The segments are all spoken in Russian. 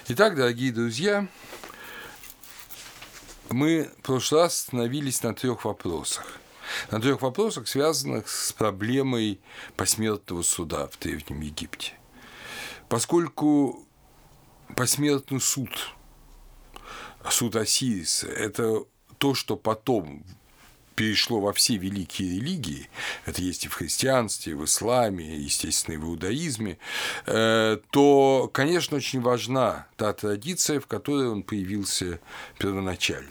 Итак, дорогие друзья, мы в прошлый раз остановились на 3 вопросах. На 3 вопросах, связанных с проблемой посмертного суда в Древнем Египте. Поскольку посмертный суд Осириса – это то, что потом перешло во все великие религии, это есть и в христианстве, и в исламе, и, естественно, и в иудаизме, то, конечно, очень важна та традиция, в которой он появился первоначально.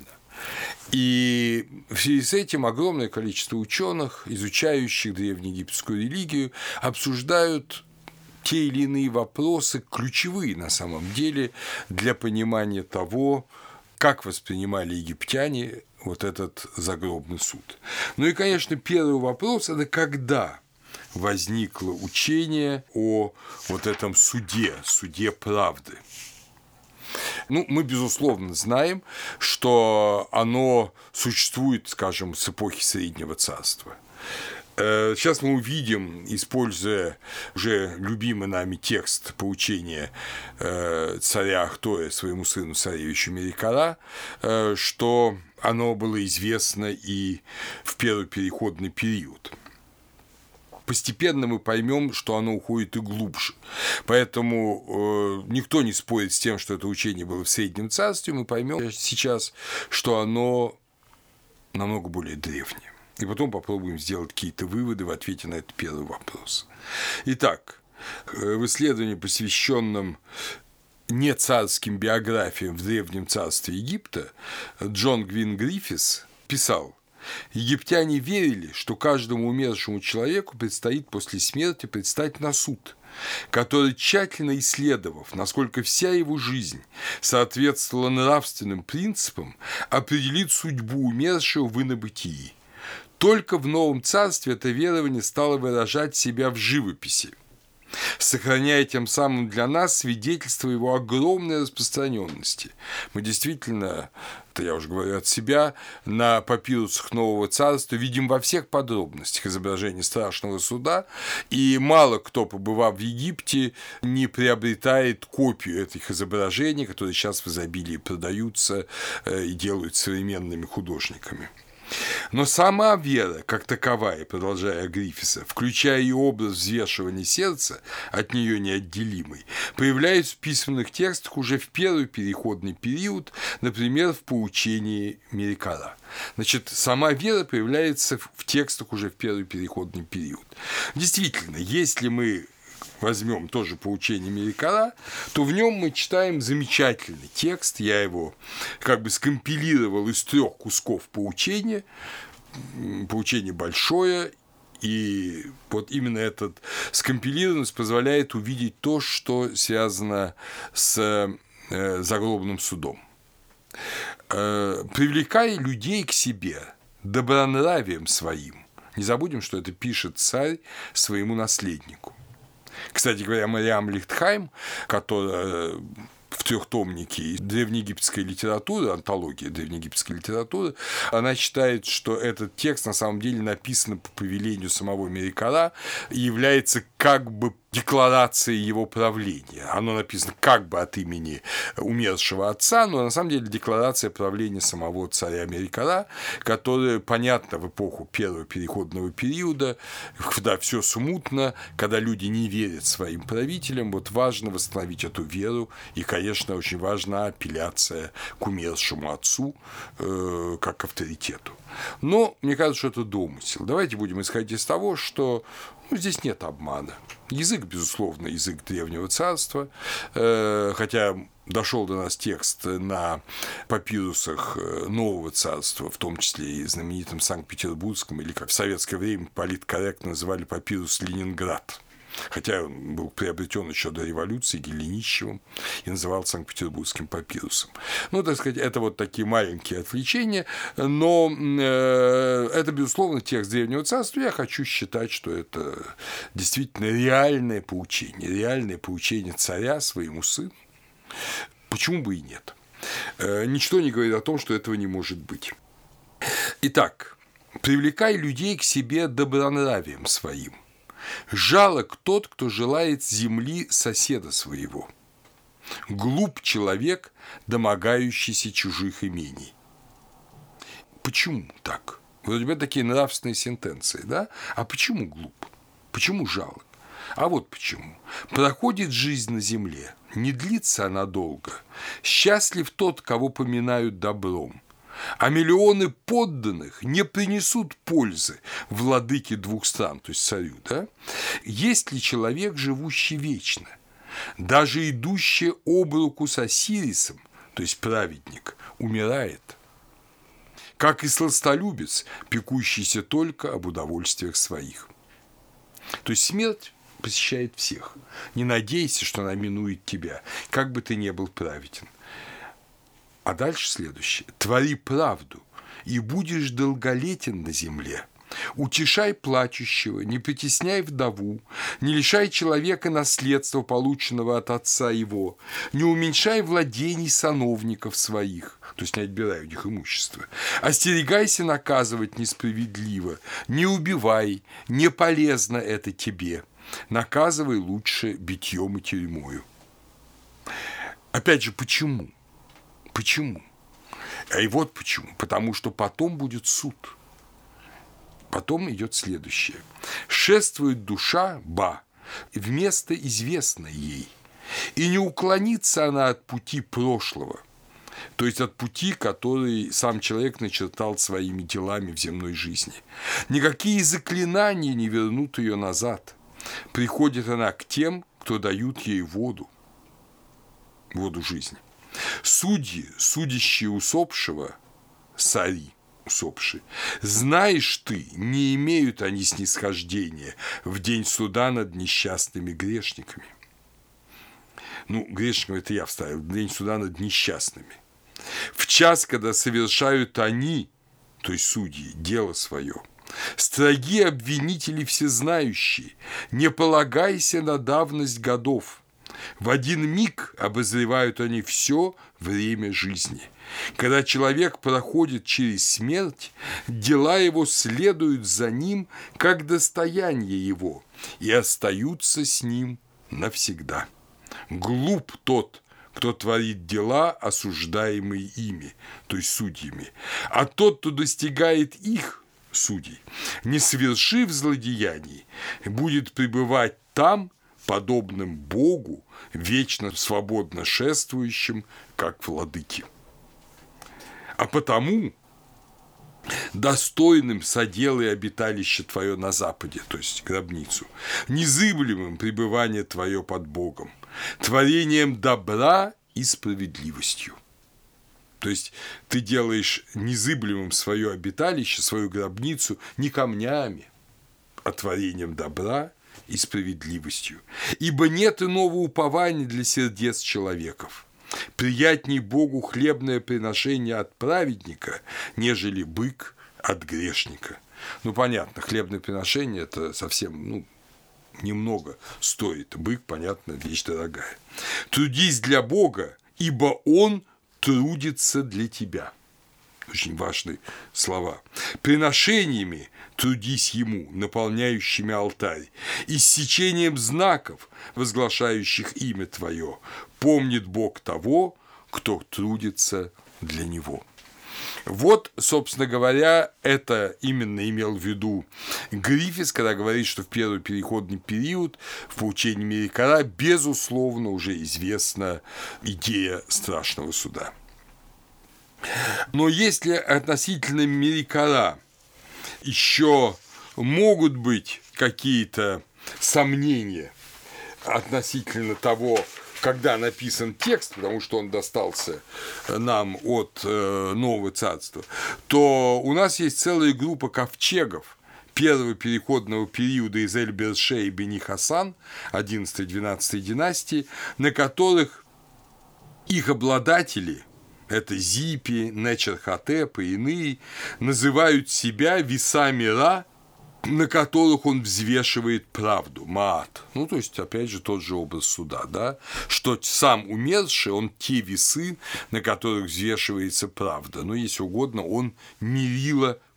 И в связи с этим огромное количество ученых, изучающих древнеегипетскую религию, обсуждают те или иные вопросы, ключевые на самом деле для понимания того, как воспринимали египтяне вот этот загробный суд. Ну и, конечно, первый вопрос – это когда возникло учение о вот этом суде правды. Ну, мы, безусловно, знаем, что оно существует, скажем, с эпохи Среднего Царства. Сейчас мы увидим, используя уже любимый нами текст поучения царя Ахтоя своему сыну царевичу Мерикара, что оно было известно и в первый переходный период. Постепенно мы поймем, что оно уходит и глубже. Поэтому никто не спорит с тем, что это учение было в Среднем Царстве. Мы поймем сейчас, что оно намного более древнее. И потом попробуем сделать какие-то выводы в ответе на этот первый вопрос. Итак, в исследовании, посвященном не царским биографиям в Древнем Царстве Египта, Джон Гвин Гриффис писал: «Египтяне верили, что каждому умершему человеку предстоит после смерти предстать на суд, который, тщательно исследовав, насколько вся его жизнь соответствовала нравственным принципам, определит судьбу умершего в инобытии. Только в Новом Царстве это верование стало выражать себя в живописи, сохраняя тем самым для нас свидетельство его огромной распространенности. Мы действительно, это я уже говорю от себя, на папирусах Нового Царства видим во всех подробностях изображение страшного суда, и мало кто, побывав в Египте, не приобретает копию этих изображений, которые сейчас в изобилии продаются и делают современными художниками. Но сама вера, как таковая, продолжая Гриффиса, включая и образ взвешивания сердца, от нее неотделимый, появляется в письменных текстах уже в первый переходный период, например, в поучении Мерикара. Значит, сама вера появляется в текстах уже в первый переходный период. Действительно, если мы возьмем тоже поучение Мерикара, то в нем мы читаем замечательный текст. Я его как бы скомпилировал из 3 кусков поучения. Поучение большое, и вот именно эта скомпилированность позволяет увидеть то, что связано с загробным судом. «Привлекай людей к себе добронравием своим». Не забудем, что это пишет царь своему наследнику. Кстати говоря, Мариам Лихтхайм, которая в 3-томнике древнеегипетской литературы, антология древнеегипетской литературы, она считает, что этот текст на самом деле написан по повелению самого Мерикара и является как бы декларацией его правления. Оно написано как бы от имени умершего отца, но на самом деле декларация правления самого царя Мерикара, которая понятна в эпоху первого переходного периода, когда все смутно, когда люди не верят своим правителям, вот важно восстановить эту веру, и, конечно, очень важна апелляция к умершему отцу как к авторитету. Но мне кажется, что это домысел. Давайте будем исходить из того, что здесь нет обмана. Язык, безусловно, язык Древнего Царства, хотя дошел до нас текст на папирусах Нового Царства, в том числе и знаменитым Санкт-Петербургском, или как в советское время политкорректно называли папирус «Ленинград». Хотя он был приобретен еще до революции Геленищевым и назывался Санкт-Петербургским папирусом. Ну, так сказать, это вот такие маленькие отвлечения, но это, безусловно, текст Древнего Царства. Я хочу считать, что это действительно реальное поучение царя своему сыну. Почему бы и нет? Ничто не говорит о том, что этого не может быть. Итак, привлекай людей к себе добронравием своим. Жалок тот, кто желает земли соседа своего. Глуп человек, домогающийся чужих имений. Почему так? Вот у тебя такие нравственные сентенции, да? А почему глуп? Почему жалок? А вот почему. Проходит жизнь на земле, не длится она долго. Счастлив тот, кого поминают добром. А миллионы подданных не принесут пользы владыке двух стран, то есть царю, да? Есть ли человек, живущий вечно? Даже идущий об руку с Осирисом, то есть праведник, умирает. Как и сластолюбец, пекущийся только об удовольствиях своих. То есть смерть посещает всех. Не надейся, что она минует тебя, как бы ты ни был праведен. А дальше следующее. Твори правду, и будешь долголетен на земле. Утешай плачущего, не притесняй вдову, не лишай человека наследства, полученного от отца его, не уменьшай владений сановников своих, то есть не отбирай у них имущество. Остерегайся наказывать несправедливо, не убивай, не полезно это тебе. Наказывай лучше битьем и тюрьмою. Опять же, почему? Почему? И вот почему. Потому что потом будет суд. Потом идет следующее. Шествует душа, в место известное ей, и не уклонится она от пути прошлого, то есть от пути, который сам человек начертал своими делами в земной жизни. Никакие заклинания не вернут ее назад. Приходит она к тем, кто дают ей воду жизни. Судьи, судящие усопшего, цари усопшие, знаешь ты, не имеют они снисхождения в день суда над несчастными грешниками. Грешниками это я вставил, день суда над несчастными. В час, когда совершают они, то есть судьи, дело свое, строги обвинители всезнающие, не полагайся на давность годов. В один миг обозревают они все время жизни. Когда человек проходит через смерть, дела его следуют за ним, как достояние его, и остаются с ним навсегда. Глуп тот, кто творит дела, осуждаемые ими, то есть судьями, а тот, кто достигает их, судей, не совершив злодеяний, будет пребывать там, подобным Богу, вечно свободно шествующим, как владыки. А потому достойным соделай обиталище твое на западе, то есть гробницу, незыблемым пребывание твое под Богом, творением добра и справедливостью. То есть ты делаешь незыблемым свое обиталище, свою гробницу не камнями, а творением добра и справедливостью. Ибо нет иного упования для сердец человеков. Приятней Богу хлебное приношение от праведника, нежели бык от грешника. Понятно, хлебное приношение – это совсем, немного стоит. Бык, понятно, вещь дорогая. Трудись для Бога, ибо Он трудится для тебя. Очень важные слова. Приношениями трудись Ему, наполняющими алтарь, и сечением знаков, возглашающих имя Твое, помнит Бог того, кто трудится для Него. Вот, собственно говоря, это именно имел в виду Гриффитс, когда говорит, что в первый переходный период в поучении Мерикара, безусловно, уже известна идея страшного суда. Но если относительно Мерикара еще могут быть какие-то сомнения относительно того, когда написан текст, потому что он достался нам от Нового Царства, то у нас есть целая группа ковчегов первого переходного периода из Эль-Берше и Бени-Хасан, 11-12 династии, на которых их обладатели, это Зипи, Нечер-Хотеп и иные, называют себя весами Ра, на которых он взвешивает правду, Маат. То есть, опять же, тот же образ суда, да, что сам умерший, он те весы, на которых взвешивается правда. Если угодно, он мерило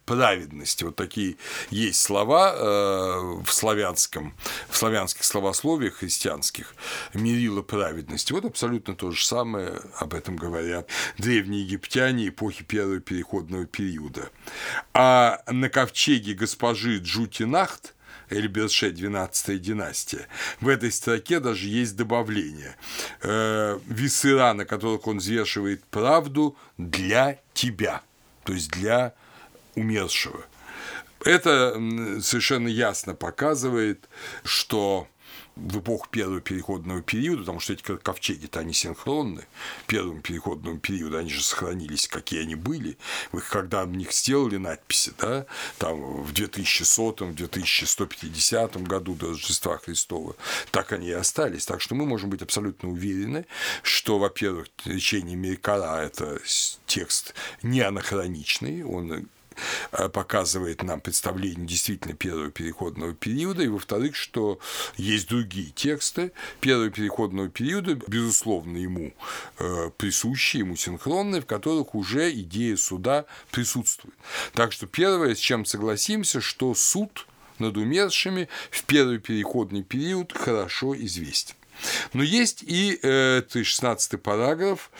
праведности. Вот такие есть слова в славянских словословиях христианских, мерило праведности. Вот абсолютно то же самое об этом говорят древние египтяне эпохи первого переходного периода. А на ковчеге госпожи Джутинахт Эль-Берше, 12-я династия, в этой строке даже есть добавление. Весыра, на которых он взвешивает правду для тебя, то есть для умершего. Это совершенно ясно показывает, что в эпоху первого переходного периода, потому что эти ковчеги-то они синхронны первому переходному периоду, они же сохранились, какие они были, когда в них сделали надписи, да, там в 2100, в 2150 году до Рождества Христова, так они и остались. Так что мы можем быть абсолютно уверены, что, во-первых, речение Меркара – это текст не анахроничный, он показывает нам представление действительно первого переходного периода, и, во-вторых, что есть другие тексты первого переходного периода, безусловно, ему присущие, ему синхронные, в которых уже идея суда присутствует. Так что первое, с чем согласимся, что суд над умершими в первый переходный период хорошо известен. Но есть и 16-й параграф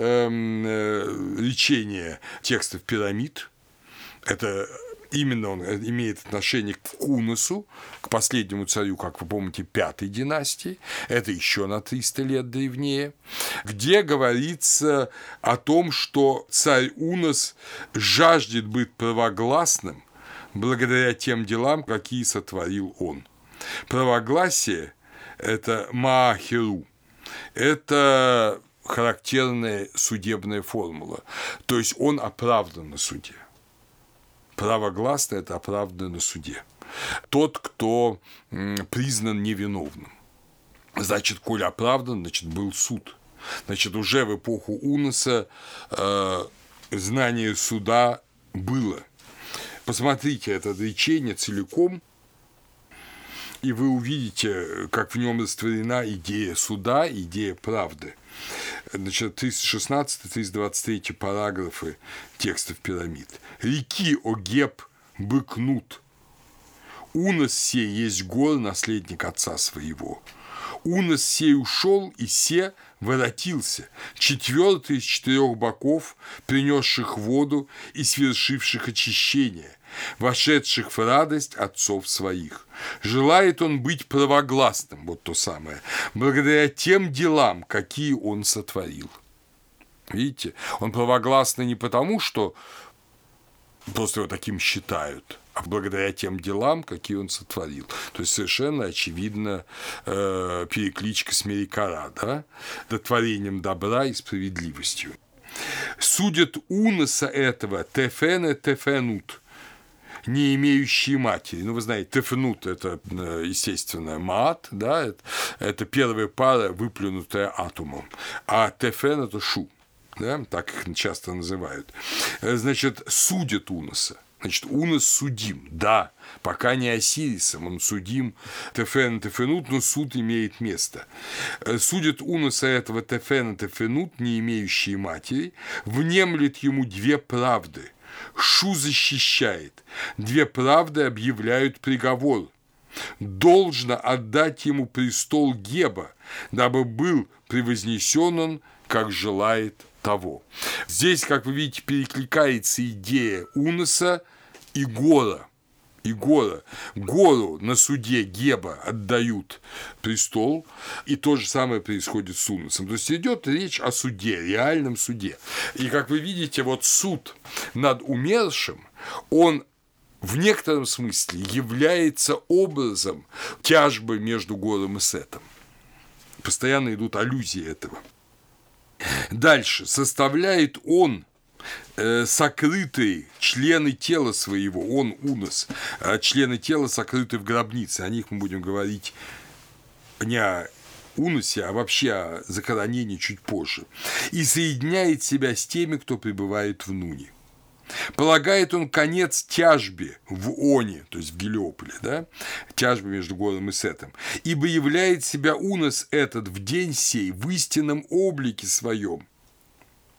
речения текстов пирамид. Это именно он имеет отношение к Куносу, к последнему царю, как вы помните, 5-й династии, это еще на 300 лет древнее, где говорится о том, что царь Унос жаждет быть правогласным благодаря тем делам, какие сотворил он. Правогласие – это маахеру, это характерная судебная формула, то есть он оправдан на суде. Правогласно – это оправданно на суде. Тот, кто признан невиновным. Значит, коль оправдан, значит, был суд. Значит, уже в эпоху Уноса знание суда было. Посмотрите это речение целиком, и вы увидите, как в нем растворена идея суда, идея правды. Значит, 316-323 параграфы текстов пирамид. «Реки Огеб быкнут. Унос сей есть гор, наследник отца своего. Унос сей ушел, и се воротился, 4-й из 4 боков, принесших воду и свершивших очищение, вошедших в радость отцов своих. Желает он быть правогласным, вот то самое, благодаря тем делам, какие он сотворил». Видите, он правогласный не потому, что просто его таким считают, а благодаря тем делам, какие он сотворил. То есть совершенно очевидно перекличка с Меркара, да? Дотворением добра и справедливостью. «Судят Уноса этого тефене тефенут, не имеющие матери». Ну, вы знаете, тефенут – это, естественно, маат, да? Это первая пара, выплюнутая атомом, а тефен – это шу. Да, так их часто называют. Значит, судят Уноса. Значит, Унос судим, да, пока не Осирисом, он судим тефенут, но суд имеет место. Судят Уноса этого тефенут, не имеющие матери, внемлет ему 2 правды. Шу защищает, 2 правды объявляют приговор. Должно отдать ему престол Геба, дабы был превознесен он, как желает того. Здесь, как вы видите, перекликается идея Уноса и Гора. Гору на суде Геба отдают престол, и то же самое происходит с Уносом. То есть идет речь о суде, реальном суде. И, как вы видите, вот суд над умершим, он в некотором смысле является образом тяжбы между Гором и Сетом. Постоянно идут аллюзии этого. Дальше. Составляет он сокрытые члены тела своего, он, Унос, члены тела сокрыты в гробнице. О них мы будем говорить не о Уносе, а вообще о захоронении чуть позже. И соединяет себя с теми, кто пребывает в Нуне. Полагает он конец тяжбе в Оне, то есть в Гелиополе, да? Тяжбе между Гором и Сетом, ибо являет себя Унос этот в день сей в истинном облике своем.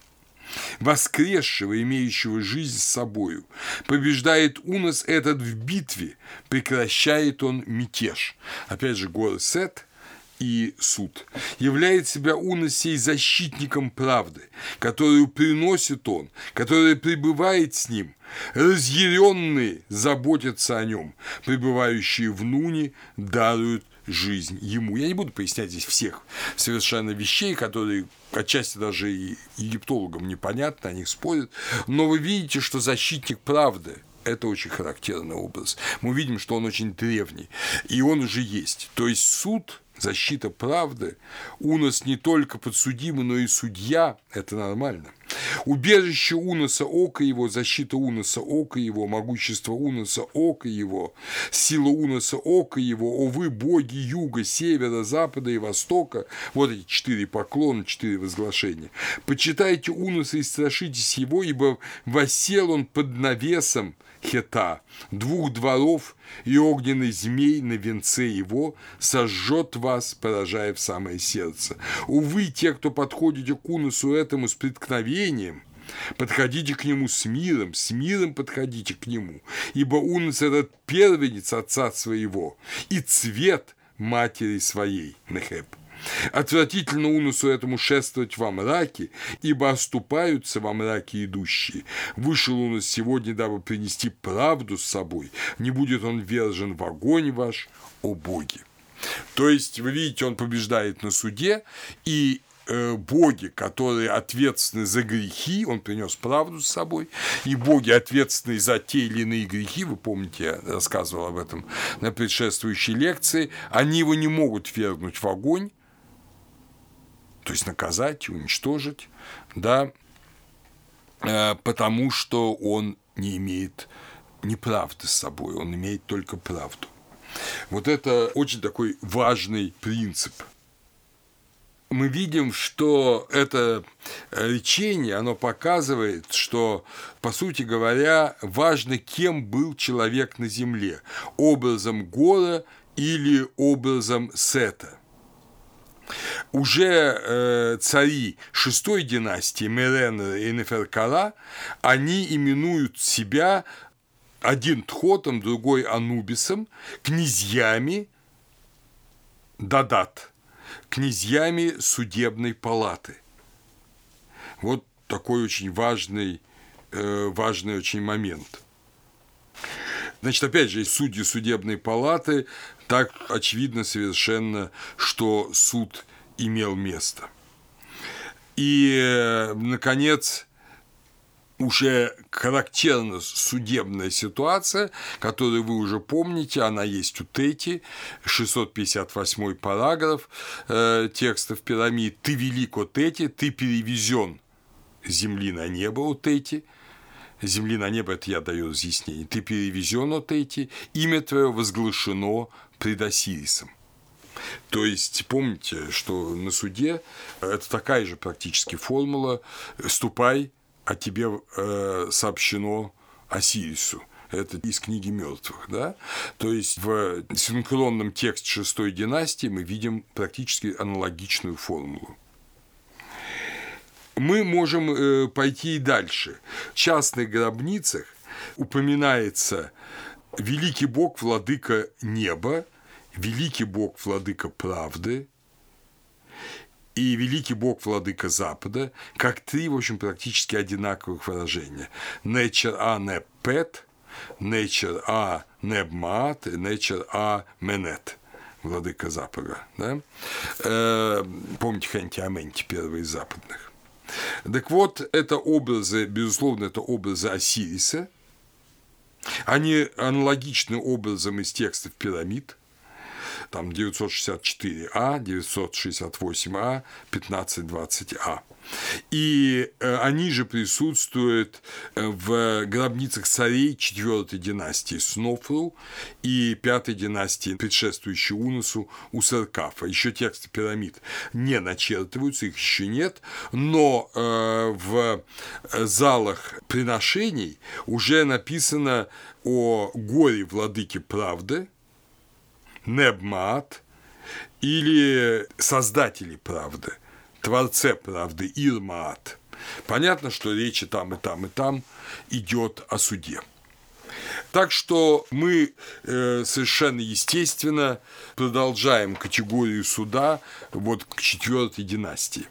воскресшего, имеющего жизнь с собою. Побеждает Унос этот в битве, прекращает он мятеж. Опять же, горы Сет и суд. Являет себя Унос сей защитником правды, которую приносит он, которая пребывает с ним. Разъяренные заботятся о нем, пребывающие в Нуне даруют жизнь ему. Я не буду пояснять здесь всех совершенно вещей, которые отчасти даже и египтологам непонятны, о них спорят, но вы видите, что защитник правды – это очень характерный образ. Мы видим, что он очень древний, и он уже есть. То есть суд, защита правды, Унос не только подсудимый, но и судья – это нормально. Убежище Уноса око его, защита Уноса око его, могущество Уноса око его, сила Уноса око его, о вы, боги юга, севера, запада и востока. Вот эти 4 поклона, 4 возглашения. Почитайте Уноса и страшитесь его, ибо воссел он под навесом Хета, 2 дворов, и огненный змей на венце его сожжет вас, поражая в самое сердце. Увы, те, кто подходите к Уносу этому с преткновением, подходите к нему с миром подходите к нему, ибо Унос – этот первенец отца своего и цвет матери своей, Нехеп. Отвратительно Уносу этому шествовать во мраке, ибо оступаются во мраке идущие. Вышел Унос сегодня, дабы принести правду с собой, не будет он вержен в огонь ваш, о боги. То есть, вы видите, он побеждает на суде, и боги, которые ответственны за грехи, он принес правду с собой, и боги, ответственные за те или иные грехи, вы помните, я рассказывал об этом на предшествующей лекции, они его не могут вергнуть в огонь, то есть наказать, уничтожить, да, потому что он не имеет неправды с собой, он имеет только правду. Вот это очень такой важный принцип. Мы видим, что это речение, оно показывает, что, по сути говоря, важно, кем был человек на земле – образом Гора или образом Сета. Уже цари шестой династии Меренера и Неферкара, они именуют себя один Тхотом, другой Анубисом, князьями Дадат, князьями судебной палаты. Вот такой очень важный очень момент. Значит, опять же, судьи судебной палаты, так очевидно совершенно, что суд имел место. И, наконец, уже характерна судебная ситуация, которую вы уже помните, она есть у Тети, 658 параграф текстов пирамид. «Ты велик, о Тети, ты перевезен с земли на небо, о Тети». Земли на небо – это я даю разъяснение. «Ты перевезен, о Тети, имя твое возглашено пред Осирисом». То есть, помните, что на суде это такая же практически формула «ступай, а тебе сообщено Осирису». Это из книги мертвых, да? То есть в синхронном тексте шестой династии мы видим практически аналогичную формулу. Мы можем пойти и дальше. В частных гробницах упоминается великий Бог, владыка неба, великий Бог, владыка правды и великий Бог, владыка Запада, как 3, в общем, практически одинаковых выражения. Нечер а непет, нечер а небмаат, нечер а менет. Владыка Запада. Да? Помните Хенти-Аменти, первый из западных. Так вот, это образы, безусловно, это образы Осириса. Они аналогичны образам из текстов пирамид. Там 964А, 968А, 1520А. И они же присутствуют в гробницах царей 4-й династии Снофру и 5-й династии, предшествующей Уносу, Усеркафа. Еще тексты пирамид не начертываются, их еще нет, но в залах приношений уже написано о горе владыки правды, Небмаат, или создателе правды, творце правды, Ирмаат. Понятно, что речь и там, и там, и там идет о суде. Так что мы совершенно естественно продолжаем категорию суда вот к 4-й династии.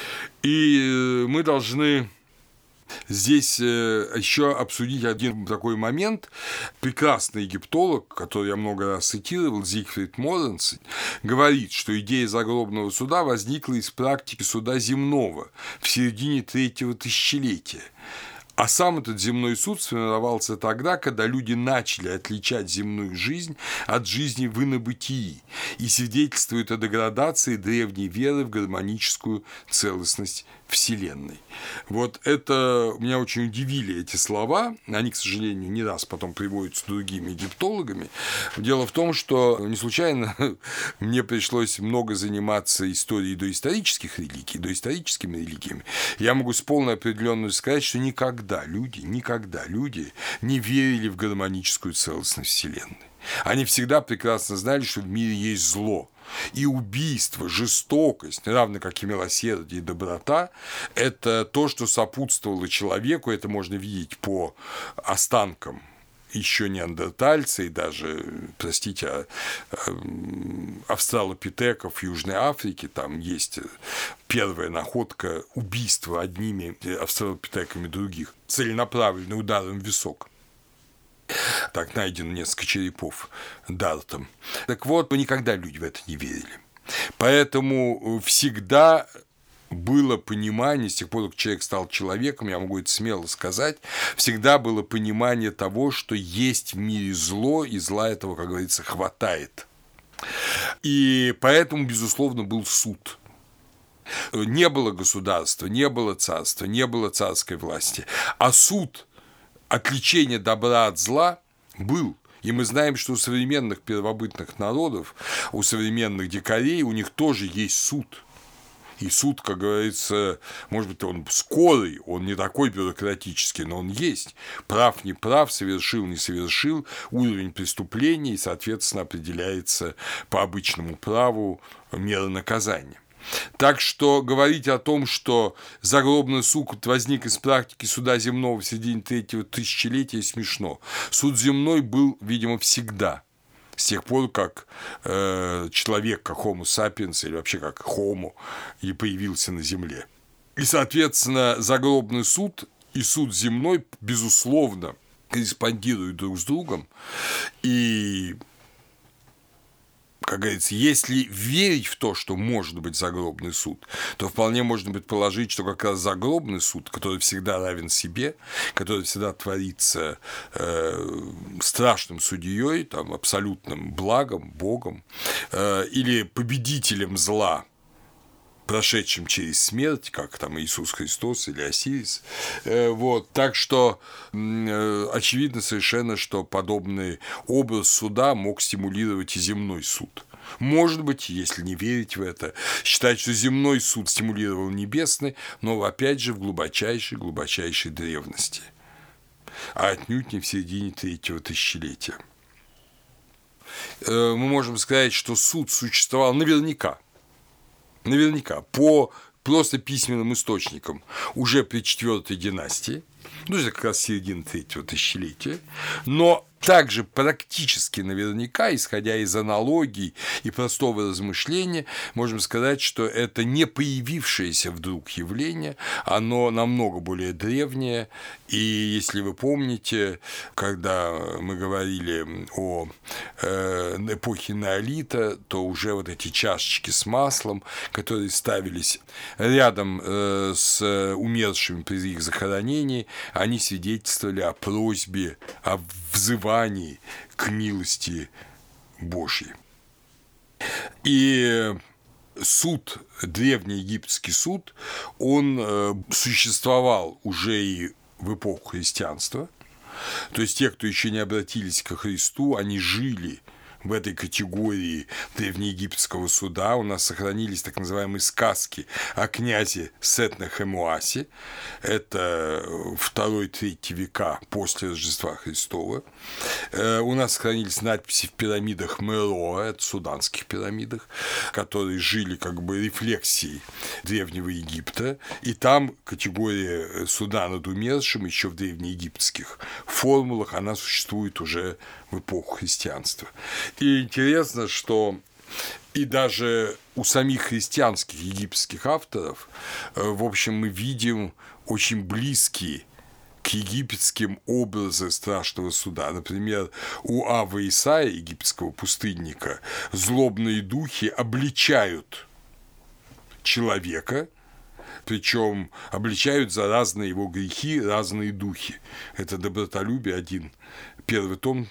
И мы должны здесь еще обсудить один такой момент. Прекрасный египтолог, который я много раз цитировал, Зигфрид Моренс, говорит, что идея загробного суда возникла из практики суда земного в середине 3-го тысячелетия. А сам этот земной суд сформировался тогда, когда люди начали отличать земную жизнь от жизни в инобытии и свидетельствует о деградации древней веры в гармоническую целостность Вселенной. Вот это меня очень удивили эти слова. Они, к сожалению, не раз потом приводятся другими египтологами. Дело в том, что не случайно мне пришлось много заниматься историей доисторических религий, доисторическими религиями. Я могу с полной определенностью сказать, что никогда люди не верили в гармоническую целостность Вселенной. Они всегда прекрасно знали, что в мире есть зло. И убийство, жестокость, равно как и милосердие и доброта – это то, что сопутствовало человеку, это можно видеть по останкам еще неандертальца и даже, простите, австралопитеков Южной Африки, там есть первая находка убийства одними австралопитеками других, целенаправленный ударом в висок. Так найдено несколько черепов дартом. Так вот, никогда люди в это не верили. Поэтому всегда было понимание, с тех пор, как человек стал человеком, я могу это смело сказать, всегда было понимание того, что есть в мире зло, и зла этого, как говорится, хватает. И поэтому, безусловно, был суд. Не было государства, не было царства, не было царской власти, а суд, отличение добра от зла был. И мы знаем, что у современных первобытных народов, у современных дикарей, у них тоже есть суд. И суд, как говорится, может быть, он скорый, он не такой бюрократический, но он есть. Прав, не прав, совершил, не совершил, уровень преступления, и, соответственно, определяется по обычному праву мера наказания. Так что говорить о том, что загробный суд возник из практики суда земного в середине 3-го тысячелетия, смешно. Суд земной был, видимо, всегда, с тех пор, как человек, как Homo sapiens, или вообще как Homo, и появился на Земле. И, соответственно, загробный суд и суд земной, безусловно, корреспондируют друг с другом, и, как говорится, если верить в то, что может быть загробный суд, то вполне можно предположить, что как раз загробный суд, который всегда равен себе, который всегда творится страшным судьей, там, абсолютным благом, Богом, или победителем зла, прошедшим через смерть, как там Иисус Христос или Осирис. Вот. Так что очевидно совершенно, что подобный образ суда мог стимулировать и земной суд. Может быть, если не верить в это, считать, что земной суд стимулировал небесный, но опять же в глубочайшей древности, а отнюдь не в середине 3-го тысячелетия. Мы можем сказать, что суд существовал наверняка, по просто письменным источникам уже при 4-й династии, ну, это как раз середина 3-го тысячелетия, но также практически наверняка, исходя из аналогий и простого размышления, можем сказать, что это не появившееся вдруг явление, оно намного более древнее, и если вы помните, когда мы говорили о эпохе неолита, то уже вот эти чашечки с маслом, которые ставились рядом с умершими при их захоронении, они свидетельствовали о просьбе, о взывании к милости Божьей. И суд, древний египетский суд, он существовал уже и в эпоху христианства. То есть те, кто еще не обратились ко Христу, они жили в этой категории древнеегипетского суда. У нас сохранились так называемые сказки о князе Сетнехемуасе. Это 2-3 века после Рождества Христова. У нас сохранились надписи в пирамидах Мероа, это суданских пирамидах, которые жили как бы рефлексией Древнего Египта. И там категория суда над умершим еще в древнеегипетских формулах, она существует уже в эпоху христианства. И интересно, что и даже у самих христианских египетских авторов, в общем, мы видим очень близкие к египетским образы страшного суда. Например, у Ава Исаия, египетского пустынника, злобные духи обличают человека, причем обличают за разные его грехи разные духи. Это «Добротолюбие», 1 том,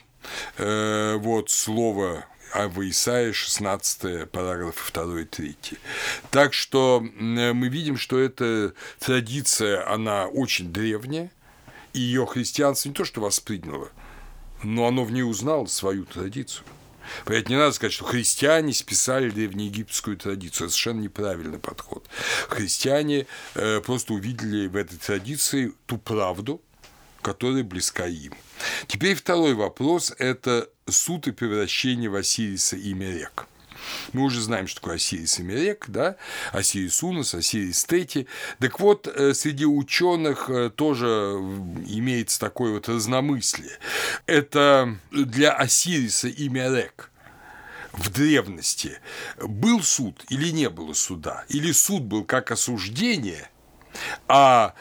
слово Ава Исаия, 16 параграф 2-3. Так что мы видим, что эта традиция, она очень древняя, и ее христианство не то что восприняло, но оно в ней узнало свою традицию. Поэтому не надо сказать, что христиане списали древнеегипетскую традицию. Это совершенно неправильный подход. Христиане просто увидели в этой традиции ту правду, которая близка им. Теперь второй вопрос – это суд и превращение в Осириса и Мерек. Мы уже знаем, что такое Осирис и Мерек, да? Осирис Унос, Осирис Тети. Так вот, среди ученых тоже имеется такое вот разномыслие. Это для Осириса и Мерек в древности был суд или не было суда? Или суд был как осуждение, а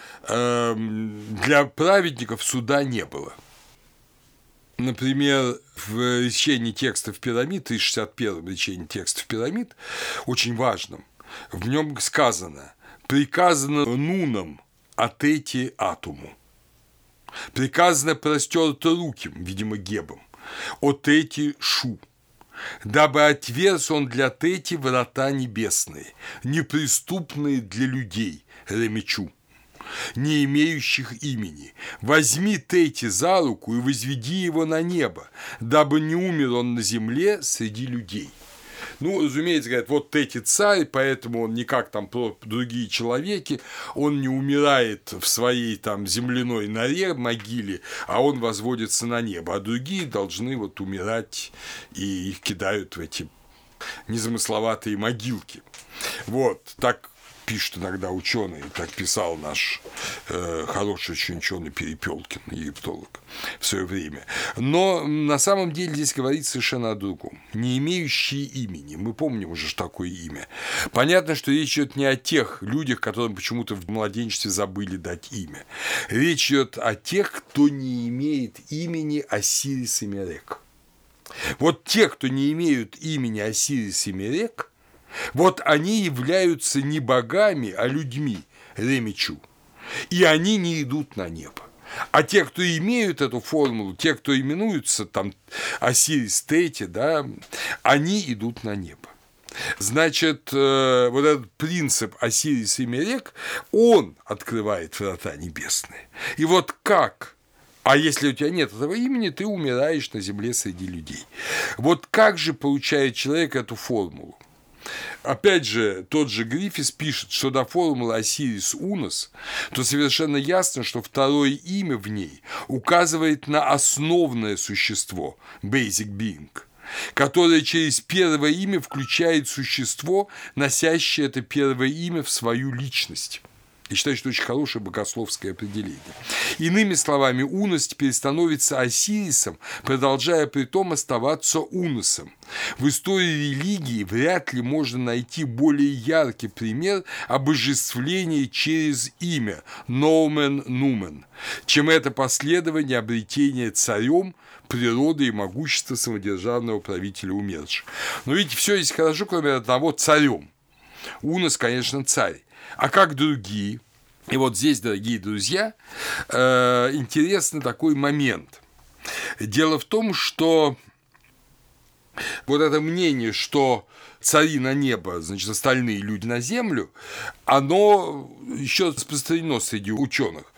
для праведников суда не было? Например, в речении текстов пирамид, 61-м речении текстов пирамид, очень важном, в нем сказано: «Приказано Нунам Атети Атуму». Приказано простерто руки, видимо, Гебом, Отети Шу, дабы отверз он для Тети врата небесные, неприступные для людей, Ремечу, не имеющих имени. Возьми Тети за руку и возведи его на небо, дабы не умер он на земле среди людей. Ну, разумеется, говорят, вот Тети царь, поэтому он не как там другие человеки, он не умирает в своей там земляной норе, могиле, а он возводится на небо, а другие должны вот умирать, и их кидают в эти незамысловатые могилки. Вот, так пишут иногда ученые, так писал наш хороший очень ученый Перепелкин, египтолог, в свое время. Но на самом деле здесь говорится совершенно о другом. Не имеющие имени. Мы помним уже, что такое имя. Понятно, что речь идет не о тех людях, которым почему-то в младенчестве забыли дать имя. Речь идет о тех, кто не имеет имени Осирис и Мерек. Вот те, кто не имеют имени Осирис и Мерек, вот они являются не богами, а людьми, Ремечу, и они не идут на небо. А те, кто имеют эту формулу, те, кто именуются там Осирис Тети, да, они идут на небо. Значит, вот этот принцип Осирис и Мерек, он открывает врата небесные. И вот как? А если у тебя нет этого имени, ты умираешь на земле среди людей. Вот как же получает человек эту формулу? Опять же, тот же Гриффис пишет, что до формулы Осирис Унос, то совершенно ясно, что второе имя в ней указывает на основное существо – basic being, которое через первое имя включает существо, носящее это первое имя в свою личность. Я считаю, что очень хорошее богословское определение. Иными словами, Унос теперь становится Осирисом, продолжая при том оставаться Уносом. В истории религии вряд ли можно найти более яркий пример обожествления через имя «nomen numen», чем это последование обретения царем природы и могущества самодержавного правителя умерших. Но видите, все здесь хорошо, кроме одного: царем. Унос, конечно, царь. А как другие? И вот здесь, дорогие друзья, интересный такой момент. Дело в том, что вот это мнение, что цари на небо, значит, остальные люди на землю, оно еще распространено среди ученых.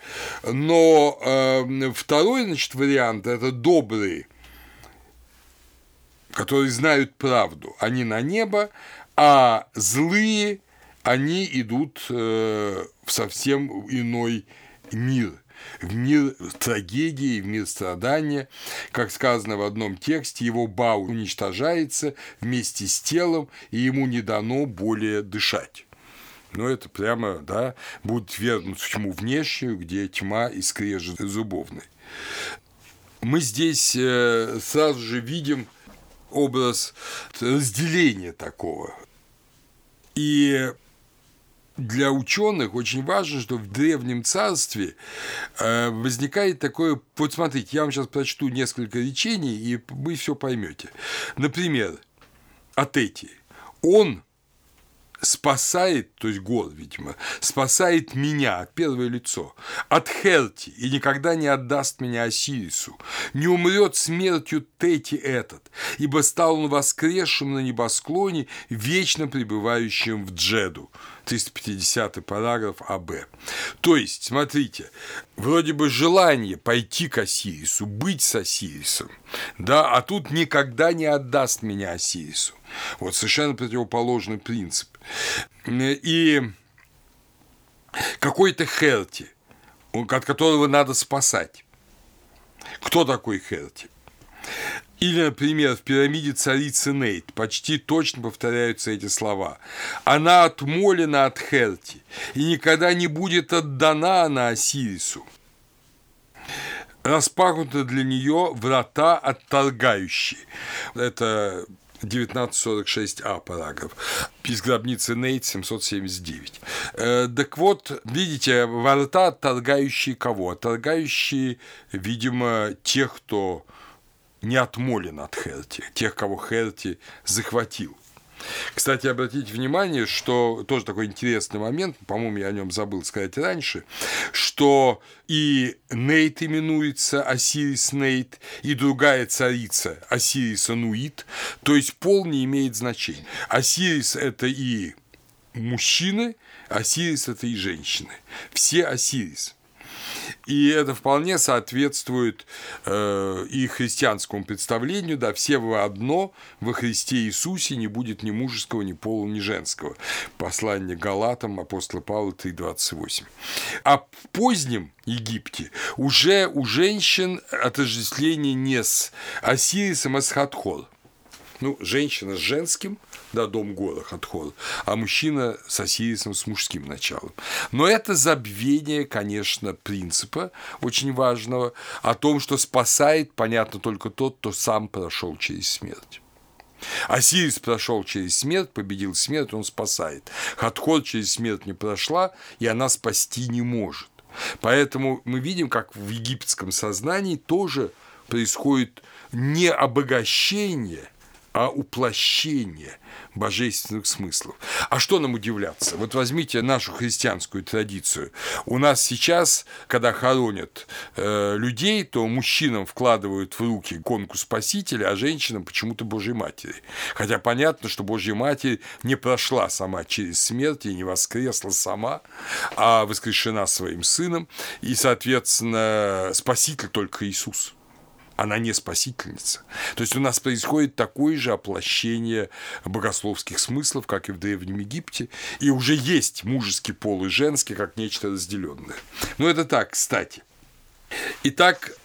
Но второй, значит, вариант – это добрые которые знают правду, они на небо, а злые, они идут в совсем иной мир, в мир трагедии, в мир страдания. Как сказано в одном тексте, его ба уничтожается вместе с телом, и ему не дано более дышать. Но это прямо, да, будет вернут в тьму внешнюю, где тьма и скрежет зубовной. Мы здесь сразу же видим образ разделения такого. И для ученых очень важно, что в Древнем Царстве возникает такое... Вот смотрите, я вам сейчас прочту несколько речений, и вы все поймете. Например, Атети. Он спасает, то есть Гор, видимо, спасает меня, первое лицо, от Херти и никогда не отдаст меня Осирису. Не умрет смертью Тети этот, ибо стал он воскресшим на небосклоне, вечно пребывающим в Джеду. 350 параграф А.Б. То есть, смотрите, вроде бы желание пойти к Осирису, быть с Осирисом, да, а тут никогда не отдаст меня Осирису. Вот совершенно противоположный принцип. И какой-то Херти, от которого надо спасать. Кто такой Херти? Или, например, в пирамиде царицы Нейт почти точно повторяются эти слова. Она отмолена от Херти и никогда не будет отдана она Осирису. Распахнуты для нее врата отторгающие. Это 1946А параграф. Из гробницы Нейт 779. Так вот, видите, врата отторгающие кого? Отторгающие, видимо, тех, кто не отмолен от Херти, тех, кого Херти захватил. Кстати, обратите внимание, что тоже такой интересный момент, по-моему, я о нем забыл сказать раньше, что и Нейт именуется Осирис Нейт, и другая царица Осириса Нуит, то есть пол не имеет значения. Осирис – это и мужчины, Осирис – это и женщины. Все Осирис. И это вполне соответствует и христианскому представлению, да, все вы одно, во Христе Иисусе не будет ни мужеского, ни полу, ни женского. Послание Галатам апостола Павла 3:28. А в позднем Египте уже у женщин отождествление не с Осирисом, а с Хатхор. Ну, женщина с женским, да, дом Гора, Хатхор, а мужчина с Осирисом, с мужским началом. Но это забвение, конечно, принципа очень важного о том, что спасает, понятно, только тот, кто сам прошел через смерть. Осирис прошел через смерть, победил смерть, он спасает. Хатхор через смерть не прошла, и она спасти не может. Поэтому мы видим, как в египетском сознании тоже происходит не обогащение, а уплощение божественных смыслов. А что нам удивляться? Вот возьмите нашу христианскую традицию. У нас сейчас, когда хоронят людей, то мужчинам вкладывают в руки иконку Спасителя, а женщинам почему-то Божьей Матери. Хотя понятно, что Божья Матерь не прошла сама через смерть и не воскресла сама, а воскрешена своим Сыном, и, соответственно, Спаситель только Иисус. Она не спасительница. То есть у нас происходит такое же оплощение богословских смыслов, как и в Древнем Египте, и уже есть мужеский пол и женский как нечто разделенное. Но это так, кстати. Итак,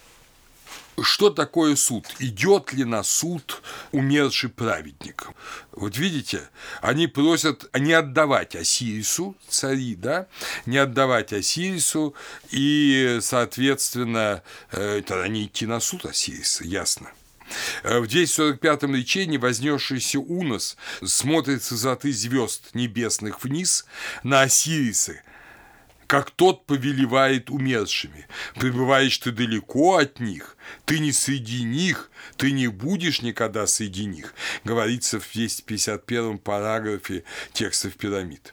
что такое суд? Идет ли на суд умерший праведник? Вот видите, они просят не отдавать Осирису, цари, да, не отдавать Осирису, и, соответственно, тогда не идти на суд Осириса, ясно. В 245-м речении вознесшийся Унос смотрит с высоты звезд небесных вниз на Осириса, как тот повелевает умершими. Пребываешь ты далеко от них, ты не среди них, ты не будешь никогда среди них, говорится в 251-м параграфе текстов пирамид.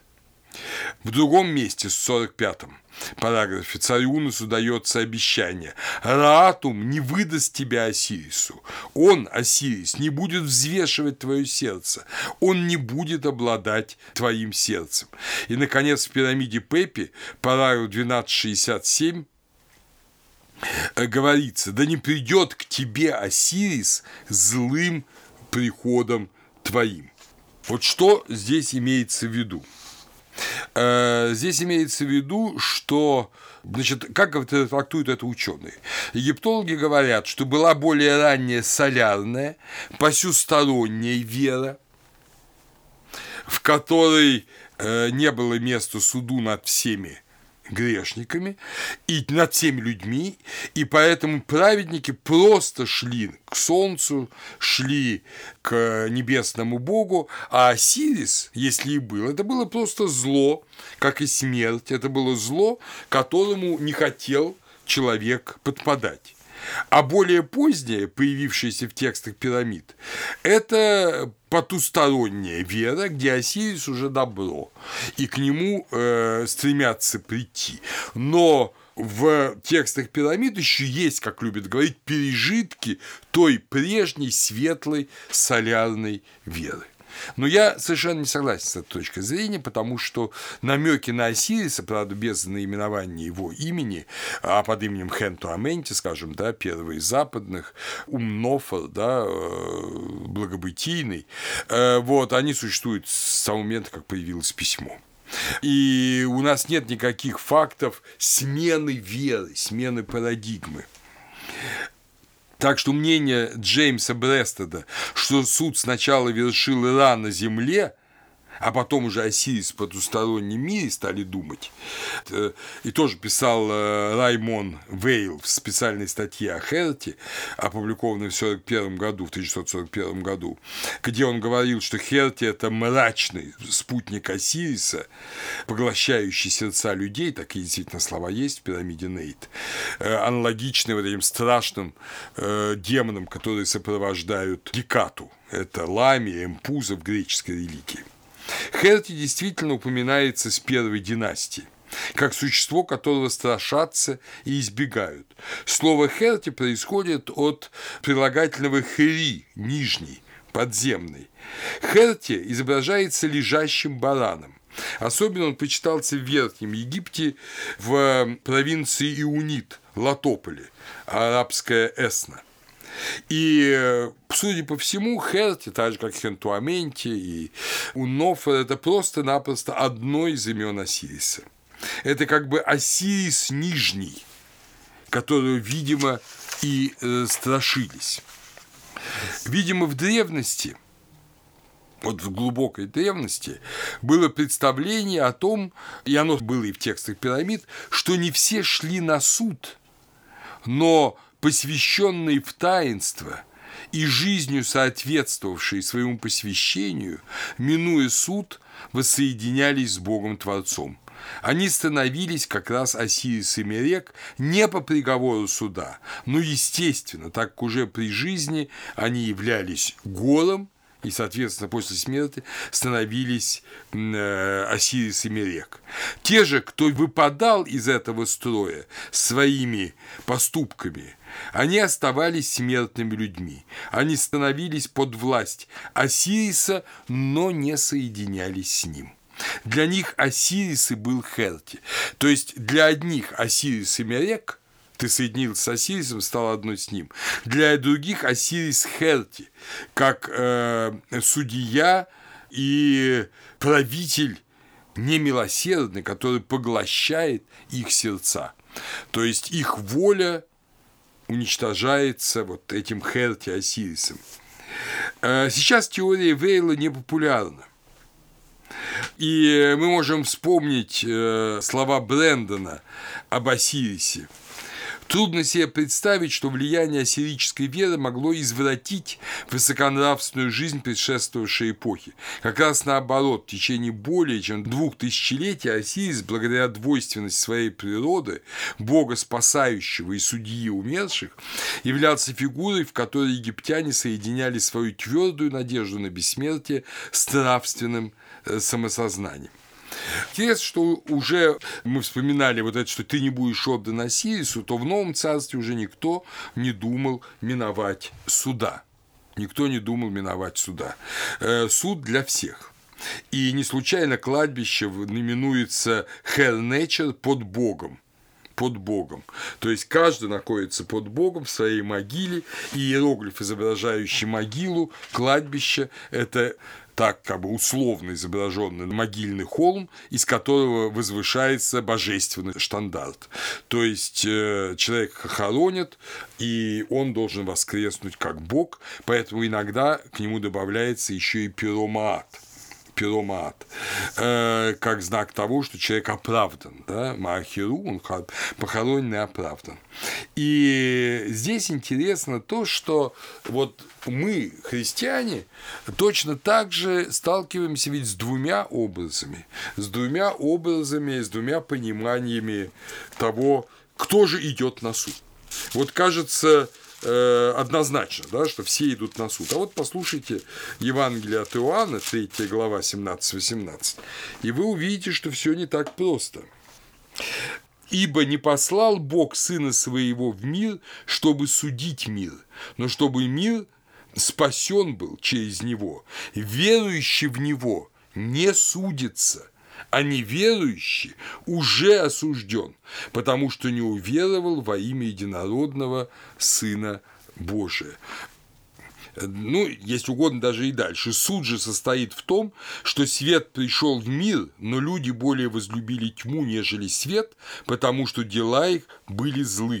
В другом месте, в 45-м параграфе, царю Уносу дается обещание: Раатум не выдаст тебя Осирису, он, Осирис, не будет взвешивать твое сердце, он не будет обладать твоим сердцем. И, наконец, в пирамиде Пепи, параграф 1267, говорится: да не придет к тебе Осирис злым приходом твоим. Вот что здесь имеется в виду? Здесь имеется в виду, что, значит, как это трактуют это ученые? Египтологи говорят, что была более ранняя солярная, посюсторонняя вера, в которой не было места суду над всеми грешниками и над всеми людьми, и поэтому праведники просто шли к солнцу, шли к небесному богу, а Осирис, если и был, это было просто зло, как и смерть, это было зло, которому не хотел человек подпадать. А более позднее, появившаяся в текстах пирамид, это потусторонняя вера, где Осирис уже добро, и к нему стремятся прийти. Но в текстах пирамид еще есть, как любят говорить, пережитки той прежней светлой солярной веры. Но я совершенно не согласен с этой точкой зрения, потому что намеки на Осириса, правда, без наименования его имени, а под именем Хенту-Аменти, скажем, да, первый из западных, Умнофор, да, благобытийный, вот, они существуют с того момента, как появилось письмо. И у нас нет никаких фактов смены веры, смены парадигмы. Так что мнение Джеймса Брестеда, что суд сначала вершил Ра на земле, а потом уже Осирис в потустороннем мире стали думать. И тоже писал Раймон Вейл в специальной статье о Херте, опубликованной в 1941 году, где он говорил, что Херте – это мрачный спутник Осириса, поглощающий сердца людей, такие действительно слова есть в пирамиде Нейт, аналогичный вот этим страшным демонам, которые сопровождают Гекату. Это Ламия, Эмпуза в греческой религии. Херти действительно упоминается с первой династии, как существо, которого страшатся и избегают. Слово «херти» происходит от прилагательного «хери» – нижний, подземный. Херти изображается лежащим бараном. Особенно он почитался в Верхнем Египте, в провинции Иунит, Латополе, арабская Эсна. И, судя по всему, Херти, так же как Хенту-Аменти и Унофор, это просто-напросто одно из имен Осириса. Это как бы Осирис Нижний, которого, видимо, и страшились. Видимо, в древности, вот в глубокой древности, было представление о том, и оно было и в текстах пирамид, что не все шли на суд, но посвященные в таинство и жизнью соответствовавшие своему посвящению, минуя суд, воссоединялись с Богом-творцом. Они становились как раз Осирис и Мерек не по приговору суда, но естественно, так как уже при жизни они являлись гором, и, соответственно, после смерти становились Осирис и Мерек. Те же, кто выпадал из этого строя своими поступками, они оставались смертными людьми. Они становились под власть Осириса, но не соединялись с ним. Для них Осирис и был Херти. То есть для одних Осирис и Мерек – ты соединился с Осирисом, стал одной с ним. Для других Осирис Херти, как судья и правитель немилосердный, который поглощает их сердца. То есть их воля уничтожается вот этим Херти Осирисом. Сейчас теория Вейла не популярна. И мы можем вспомнить слова Брэндона об Осирисе. Трудно себе представить, что влияние ассирической веры могло извратить высоконравственную жизнь предшествовавшей эпохи. Как раз наоборот, в течение более чем 2 тысячелетий Осирис, благодаря двойственности своей природы, бога спасающего и судьи умерших, являлся фигурой, в которой египтяне соединяли свою твердую надежду на бессмертие с нравственным самосознанием. Интересно, что уже мы вспоминали вот это, что ты не будешь отдан Осирису, то в Новом Царстве уже никто не думал миновать суда. Никто не думал миновать суда. Суд для всех. И не случайно кладбище именуется Хер-Нечер под Богом. под Богом. То есть каждый находится под Богом в своей могиле, и иероглиф, изображающий могилу, кладбище – это так как бы условно изображенный могильный холм, из которого возвышается божественный штандарт. То есть человека хоронят, и он должен воскреснуть как Бог, поэтому иногда к нему добавляется еще и пиромаат, как знак того, что человек оправдан, да? Маахиру, он похоронен и оправдан. И здесь интересно то, что вот мы, христиане, точно так же сталкиваемся ведь с двумя образами, с двумя пониманиями того, кто же идет на суд. Вот кажется однозначно, да, что все идут на суд. А вот послушайте Евангелие от Иоанна, 3 глава, 17-18, и вы увидите, что все не так просто. «Ибо не послал Бог Сына Своего в мир, чтобы судить мир, но чтобы мир спасен был через Него. Верующий в Него не судится, а неверующий уже осужден, потому что не уверовал во имя единородного Сына Божия». Ну, если угодно, даже и дальше. Суд же состоит в том, что свет пришел в мир, но люди более возлюбили тьму, нежели свет, потому что дела их были злы.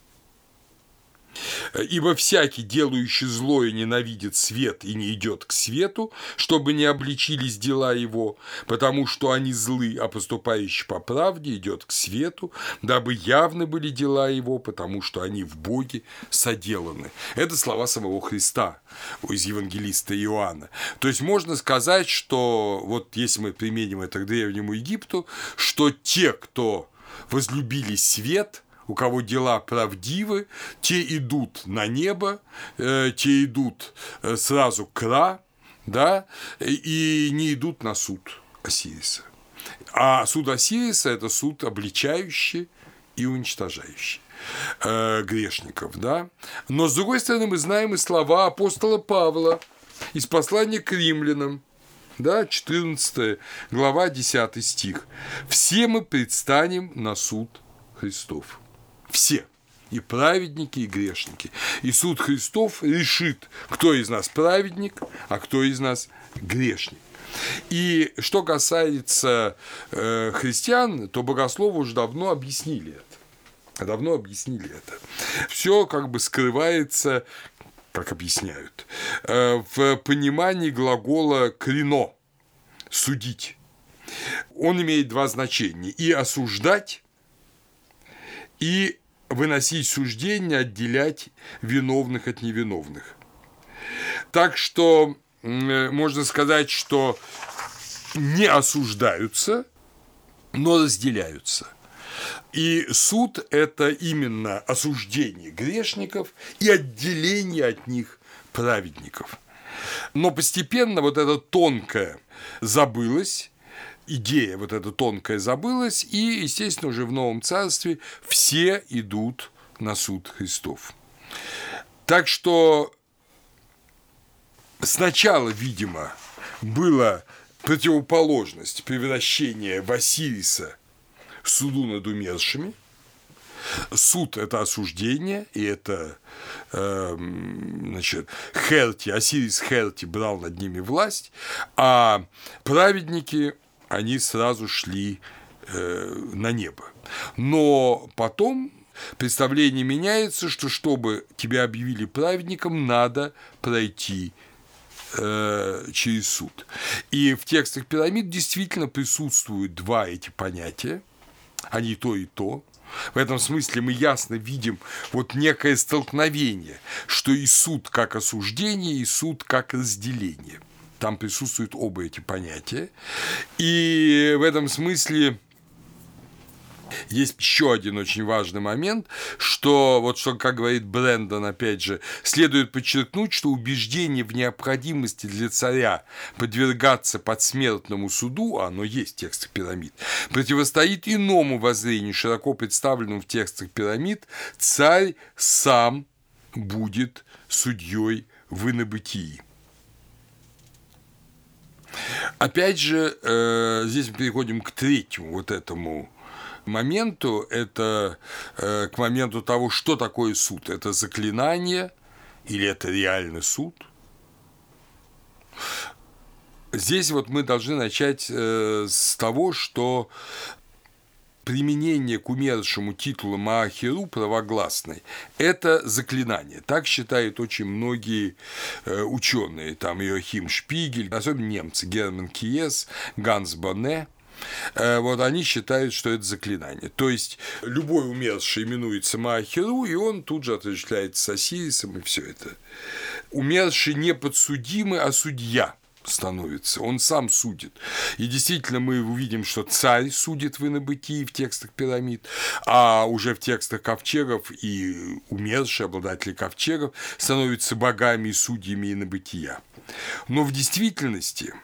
Ибо всякий, делающий злое, ненавидит свет и не идет к свету, чтобы не обличились дела его, потому что они злы, а поступающий по правде идет к свету, дабы явны были дела его, потому что они в Боге соделаны. Это слова самого Христа из евангелиста Иоанна. То есть можно сказать, что вот если мы применим это к Древнему Египту, что те, кто возлюбили свет, у кого дела правдивы, те идут на небо, те идут сразу к Ра, да, и не идут на суд Осириса. А суд Осириса – это суд обличающий и уничтожающий грешников, да. Но, с другой стороны, мы знаем и слова апостола Павла из послания к римлянам, да, 14 глава, 10 стих. «Все мы предстанем на суд Христов». Все, и праведники, и грешники. И суд Христов решит, кто из нас праведник, а кто из нас грешник. И что касается христиан, то богословы уже давно объяснили это. Все как бы скрывается, как объясняют, в понимании глагола «крино» – «судить». Он имеет два значения – и осуждать, и выносить суждения, отделять виновных от невиновных. Так что можно сказать, что не осуждаются, но разделяются. И суд – это именно осуждение грешников и отделение от них праведников. Но постепенно вот это тонкое забылось, идея вот эта тонкая забылась, и, естественно, уже в Новом Царстве все идут на суд Христов. Так что сначала, видимо, была противоположность превращения в Осириса суду над умершими. Суд – это осуждение, и это, Херти, Осирис Херти брал над ними власть, а праведники – они сразу шли на небо. Но потом представление меняется, что чтобы тебя объявили праведником, надо пройти через суд. И в текстах пирамид действительно присутствуют два эти понятия, они то и то. В этом смысле мы ясно видим вот некое столкновение, что и суд как осуждение, и суд как разделение. Там присутствуют оба эти понятия. И в этом смысле есть еще один очень важный момент, что, вот что, как говорит Брэндон, опять же, следует подчеркнуть, что убеждение в необходимости для царя подвергаться подсмертному суду, а оно есть в текстах пирамид, противостоит иному воззрению, широко представленному в текстах пирамид: царь сам будет судьей в инобытии. Опять же, здесь мы переходим к третьему вот этому моменту, это к моменту того, что такое суд. Это заклинание или это реальный суд? Здесь вот мы должны начать с того, что применение к умершему титула Маахеру правогласной – это заклинание. Так считают очень многие ученые, там Йоахим Шпигель, особенно немцы, Герман Киес, Ганс Бонне. Вот они считают, что это заклинание. То есть любой умерший именуется Маахеру, и он тут же отождествляется с Осирисом, и все это. Умерший не подсудимый, а судья становится, он сам судит. И действительно мы увидим, что царь судит в инобытии в текстах пирамид, а уже в текстах ковчегов и умершие обладатели ковчегов становятся богами и судьями инобытия. Но в действительности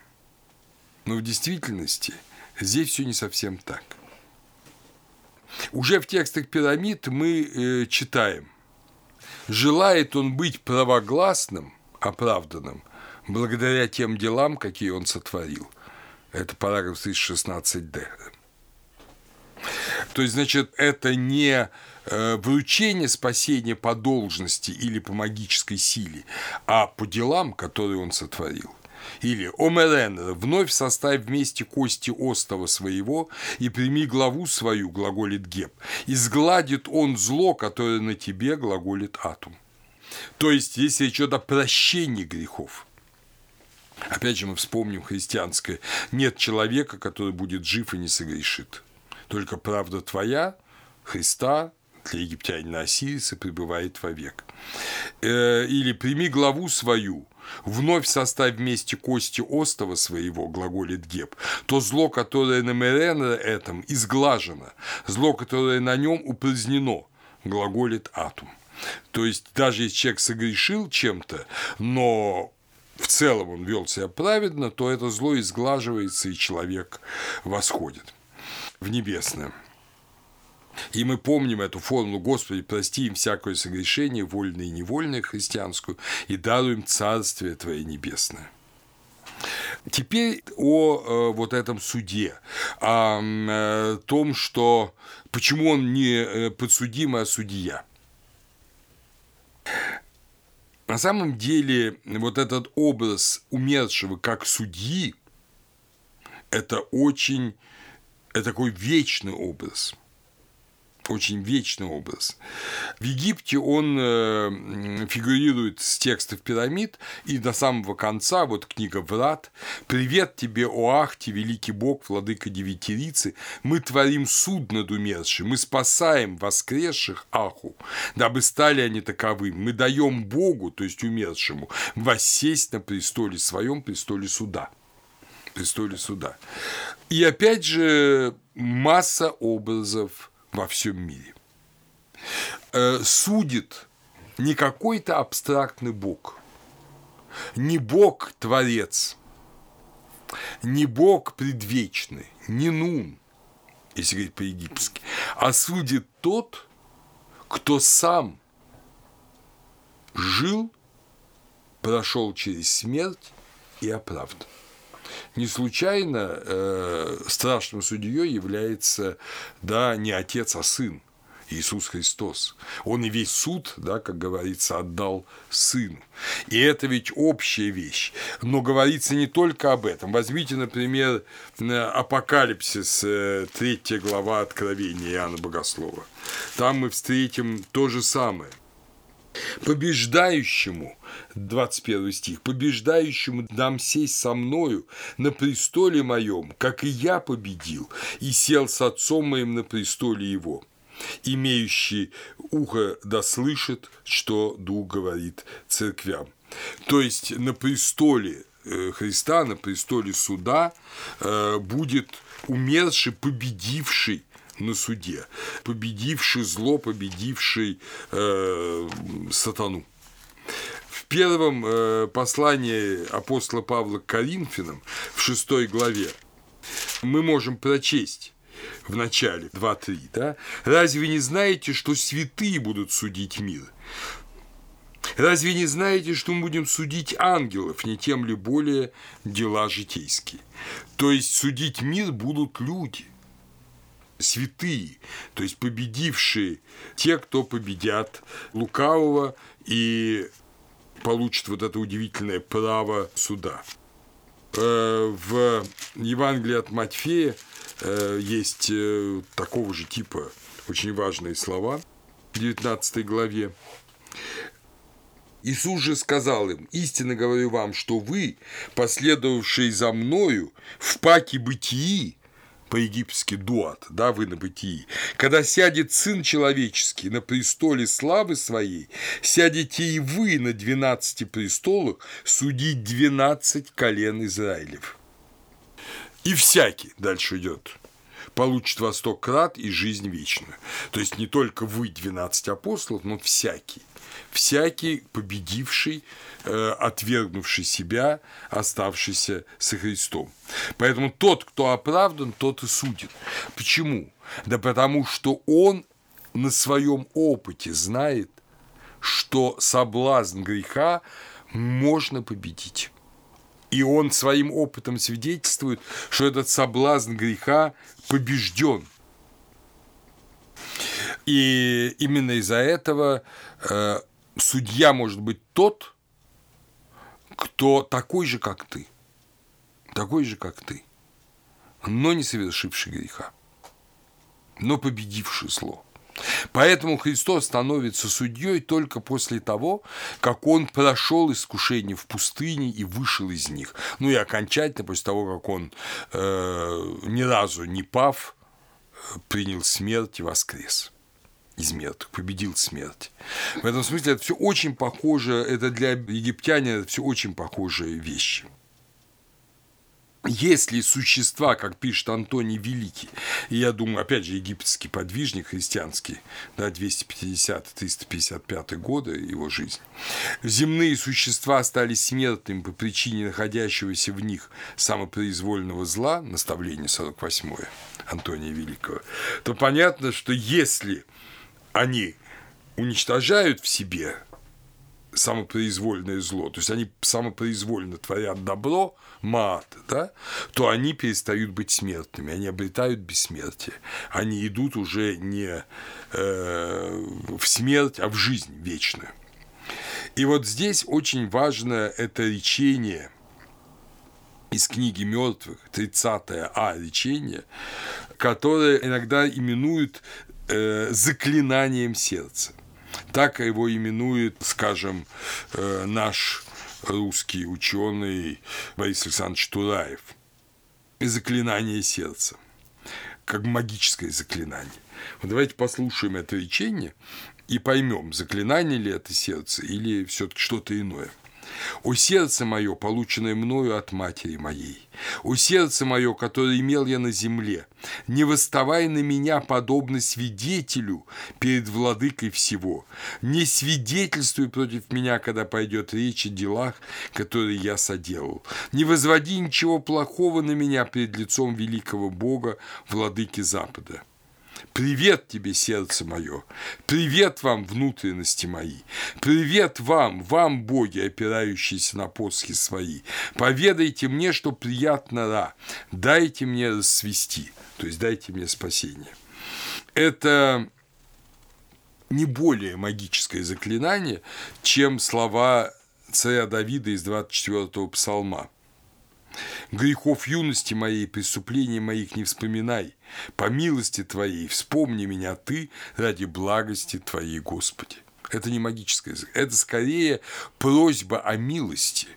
здесь все не совсем так. Уже в текстах пирамид мы читаем: желает он быть правогласным, оправданным, благодаря тем делам, какие он сотворил. Это параграф 16d. То есть, значит, это не вручение спасения по должности или по магической силе, а по делам, которые он сотворил. Или «Омерен, вновь составь вместе кости остова своего и прими главу свою», глаголит Геб, «и сгладит он зло, которое на тебе», глаголит Атум. То есть, здесь речь идет о прощении грехов. Опять же, мы вспомним христианское: нет человека, который будет жив и не согрешит. Только правда твоя, Христа, для египтянина Осириса, пребывает вовек. Или прими главу свою, вновь составь вместе кости остова своего, глаголит Геб. То зло, которое на Мерена этом, изглажено, зло, которое на нем упразднено, глаголит Атум. То есть, даже если человек согрешил чем-то, но в целом он вел себя праведно, то это зло изглаживается, и человек восходит в небесное. И мы помним эту формулу: «Господи, прости им всякое согрешение, вольное и невольное, христианскую, и даруй им царствие Твое небесное». Теперь о вот этом суде, о том, что почему он не подсудимый, а судья. На самом деле, вот этот образ умершего как судьи – это такой вечный образ. Очень вечный образ. В Египте он фигурирует с текстов пирамид, и до самого конца, вот книга Врат: «Привет тебе, о Ахти, великий бог, владыка девятирицы, мы творим суд над умершим, мы спасаем воскресших Аху, дабы стали они таковым, мы даем Богу, то есть умершему, воссесть на престоле своем, престоле суда». И опять же масса образов во всем мире. Судит не какой-то абстрактный бог, не бог-творец, не бог предвечный, не Нун, если говорить по-египетски, а судит тот, кто сам жил, прошел через смерть и оправдан. Не случайно страшным судьей является, не отец, а сын, Иисус Христос. Он и весь суд, как говорится, отдал сыну. И это ведь общая вещь. Но говорится не только об этом. Возьмите, например, Апокалипсис, 3 глава Откровения Иоанна Богослова. Там мы встретим то же самое. Побеждающему, 21 стих, побеждающему дам сесть со мною на престоле моем, как и я победил, и сел с отцом моим на престоле его. Имеющий ухо да слышит, что Дух говорит церквям. То есть на престоле Христа, на престоле суда будет умерший, победивший на суде, победивший зло, победивший сатану. В первом послании апостола Павла к Коринфянам, в 6 главе, мы можем прочесть в начале 2-3, «Разве не знаете, что святые будут судить мир? Разве не знаете, что мы будем судить ангелов, не тем ли более дела житейские? То есть судить мир будут люди, святые, то есть победившие, те, кто победят лукавого и получат вот это удивительное право суда. В Евангелии от Матфея есть такого же типа очень важные слова в 19 главе. Иисус же сказал им: «Истинно говорю вам, что вы, последовавшие за мною в паке бытии», по-египетски дуат, да, вы на бытии, «когда сядет Сын Человеческий на престоле славы Своей, сядете и вы на 12 престолах судить 12 колен Израилев. И всякий», дальше идет, «получит во 100 крат и жизнь вечную». То есть не только вы, 12 апостолов, но всякий победивший, отвергнувший себя, оставшийся со Христом. Поэтому тот, кто оправдан, тот и судит. Почему? Да потому что он на своем опыте знает, что соблазн греха можно победить. И он своим опытом свидетельствует, что этот соблазн греха побежден. И именно из-за этого судья может быть тот, кто такой же, как ты, но не совершивший греха, но победивший зло. Поэтому Христос становится судьей только после того, как Он прошел искушение в пустыне и вышел из них. Ну и окончательно после того, как Он, ни разу не пав, принял смерть и воскрес из мертвых, победил смерть. В этом смысле это все очень похоже, это для египтянина все очень похожие вещи. Если существа, как пишет Антоний Великий, и я думаю, опять же, египетский подвижник христианский, да, 250-355 годы его жизни, земные существа стали смертными по причине находящегося в них самопроизвольного зла, наставление 48-е Антония Великого, то понятно, что если они уничтожают в себе самопроизвольное зло, то есть они самопроизвольно творят добро, маат, да, то они перестают быть смертными, они обретают бессмертие, они идут уже не в смерть, а в жизнь вечную. И вот здесь очень важно это речение из книги мертвых, 30-е речение, которое иногда именуют заклинанием сердца. Так его именует, скажем, наш русский ученый Борис Александрович Тураев. Заклинание сердца, как магическое заклинание. Вот давайте послушаем это речение и поймем, заклинание ли это сердце или все-таки что-то иное. «О сердце мое, полученное мною от матери моей, о сердце мое, которое имел я на земле, не восставай на меня подобно свидетелю перед владыкой всего, не свидетельствуй против меня, когда пойдет речь о делах, которые я соделал, не возводи ничего плохого на меня перед лицом великого Бога, владыки Запада. Привет тебе, сердце мое! Привет вам, внутренности мои! Привет вам, боги, опирающиеся на посохи свои! Поведайте мне, что приятно ра! Дайте мне расцвести, то есть дайте мне спасение». Это не более магическое заклинание, чем слова царя Давида из 24-го псалма. «Грехов юности моей, преступлений моих не вспоминай. По милости Твоей вспомни меня Ты ради благости Твоей, Господи». Это не магическое, это скорее просьба о милости,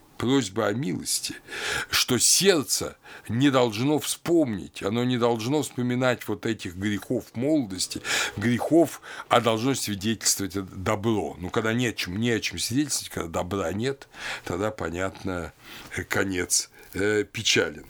что сердце не должно вспомнить, оно не должно вспоминать вот этих грехов молодости, а должно свидетельствовать добро. Ну, когда не о чем свидетельствовать, когда добра нет, тогда, понятно, конец печален.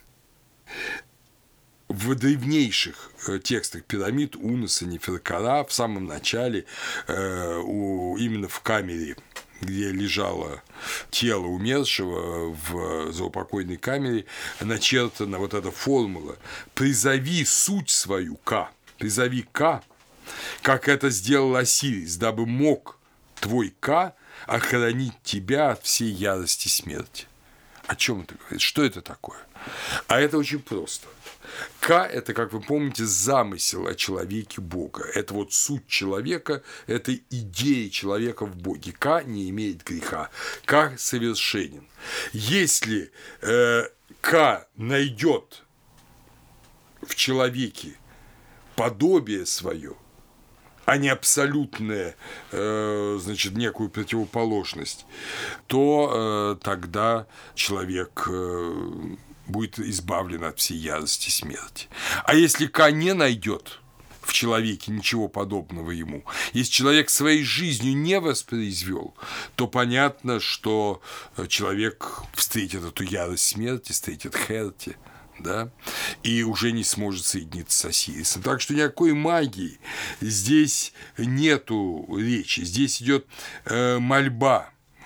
В древнейших текстах пирамид Уноса, Неферкара в самом начале, именно в камере, где лежало тело умершего, в заупокойной камере, начертана вот эта формула: «Призови суть свою, призови как это сделал Осирис, дабы мог твой охранить тебя от всей ярости смерти. О чем это говорит? Что это такое? А это очень просто. К – это, как вы помните, замысел о человеке Бога. Это вот суть человека, это идея человека в Боге. К не имеет греха. К совершенен. Если К найдет в человеке подобие свое, а не абсолютное, значит, некую противоположность, то тогда человек будет избавлен от всей ярости смерти. А если К не найдет в человеке ничего подобного ему, если человек своей жизнью не воспроизвел, то понятно, что человек встретит эту ярость смерти, встретит Херти, да, и уже не сможет соединиться с Осирисом. Так что никакой магии здесь нету речи. Здесь идет мольба.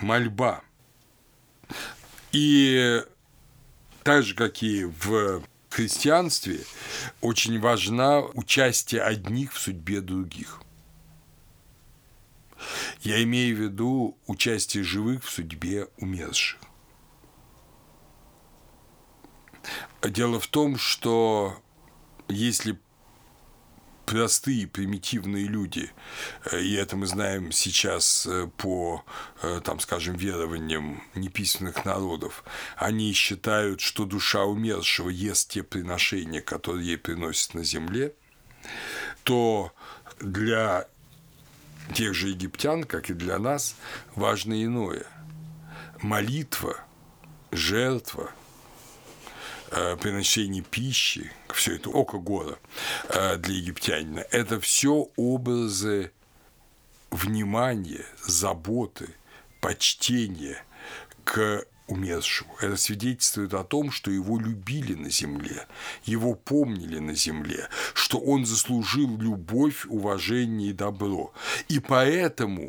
И так же, как и в христианстве, очень важно участие одних в судьбе других. Я имею в виду участие живых в судьбе умерших. Дело в том, что если простые, примитивные люди, и это мы знаем сейчас по, там, скажем, верованиям неписьменных народов, они считают, что душа умершего ест те приношения, которые ей приносят на земле, то для тех же египтян, как и для нас, важно иное. Молитва, жертва, приношение пищи, все это око гора для египтянина, это все образы внимания, заботы, почтения к умершему. Это свидетельствует о том, что его любили на земле, его помнили на земле, что он заслужил любовь, уважение и добро. И поэтому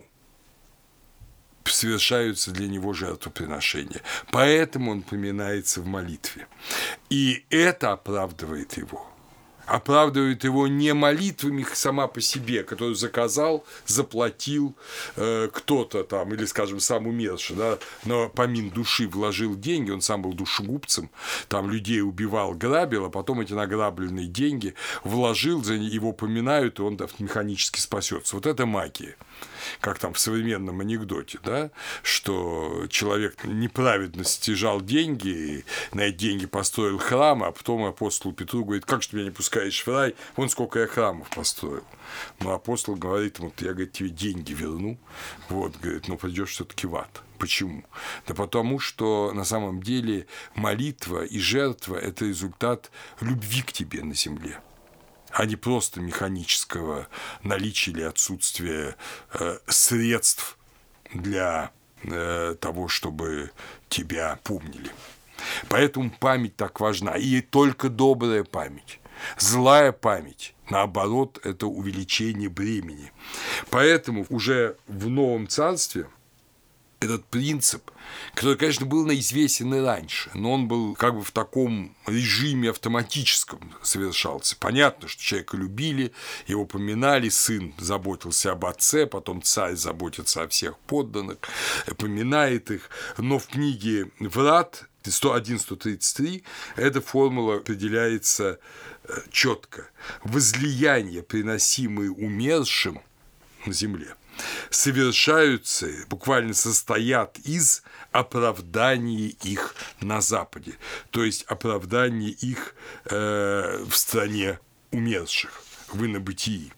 совершаются для него жертвоприношения. Поэтому он поминается в молитве. И это оправдывает его. Оправдывает его не молитвами сама по себе, которую заказал, заплатил кто-то там, или, скажем, сам умерший, да, но помин души вложил деньги, он сам был душегубцем, там людей убивал, грабил, а потом эти награбленные деньги вложил, за его поминают, и он механически спасется. Вот это магия. Как там в современном анекдоте, да, что человек неправедно стяжал деньги, и на эти деньги построил храм, а потом апостолу Петру говорит: как же ты меня не пускаешь в рай, вон сколько я храмов построил. Но апостол говорит ему: я, говорит, тебе деньги верну, вот, говорит, но придешь все-таки в ад. Почему? Да потому что на самом деле молитва и жертва – это результат любви к тебе на земле, а не просто механического наличия или отсутствия средств для того, чтобы тебя помнили. Поэтому память так важна. И только добрая память. Злая память, наоборот, это увеличение бремени. Поэтому уже в Новом Царстве этот принцип, который, конечно, был известен и раньше, но он был как бы в таком режиме автоматическом совершался. Понятно, что человека любили, его поминали, сын заботился об отце, потом царь заботится о всех подданных, поминает их. Но в книге «Врат» 101-133 эта формула определяется четко. Возлияния, приносимые умершим на земле, совершаются, буквально состоят из оправдания их на Западе, то есть оправдания их в стране умерших, в инобытии.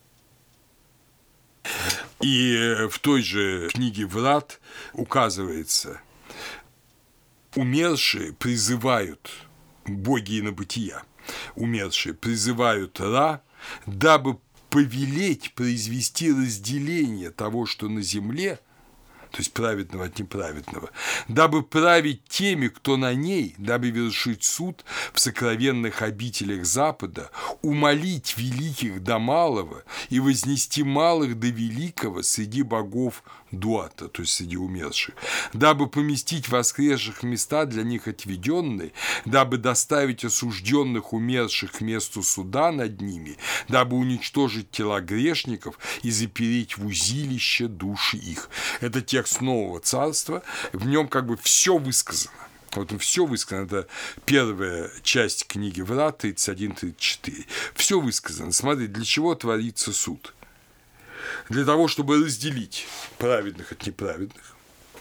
И в той же книге «Врат» указывается: умершие призывают, боги инобытия, умершие призывают Ра, дабы повелеть произвести разделение того, что на земле, то есть праведного от неправедного, дабы править теми, кто на ней, дабы вершить суд в сокровенных обителях Запада, умолить великих до малого и вознести малых до великого среди богов дуата, то есть среди умерших, дабы поместить воскресших в места для них отведенные, дабы доставить осужденных умерших к месту суда над ними, дабы уничтожить тела грешников и запереть в узилище души их. Это текст Нового Царства, в нем как бы все высказано. Вот все высказано, это первая часть книги Врат, 31-34. Все высказано. Смотри, для чего творится суд? Для того, чтобы разделить праведных от неправедных,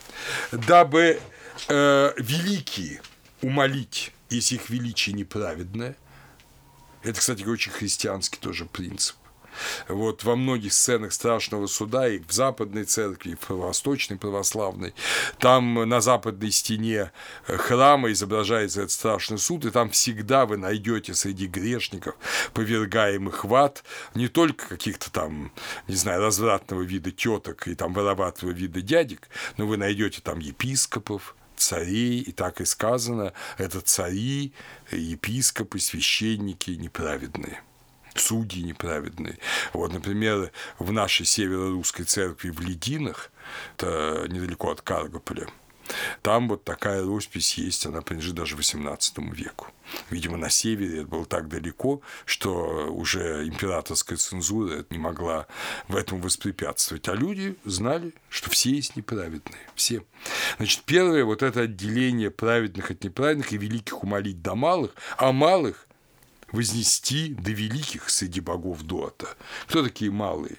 дабы великие умолить, если их величие неправедное. Это, кстати, очень христианский тоже принцип. Вот во многих сценах страшного суда, и в Западной церкви, и в Восточной православной, там на западной стене храма изображается этот страшный суд, и там всегда вы найдете среди грешников, повергаемых в ад, не только каких-то там, не знаю, развратного вида теток и там вороватого вида дядек, но вы найдете там епископов, царей, и так и сказано, это цари, епископы, священники неправедные. Судьи неправедные. Вот, например, в нашей северо-русской церкви в Лединах, это недалеко от Каргополя, там вот такая роспись есть, она принадлежит даже XVIII веку. Видимо, на севере это было так далеко, что уже императорская цензура не могла в этом воспрепятствовать. А люди знали, что все есть неправедные. Все. Значит, первое, вот это отделение праведных от неправедных и великих умолить до малых, а малых вознести до великих среди богов дуата. Кто такие малые?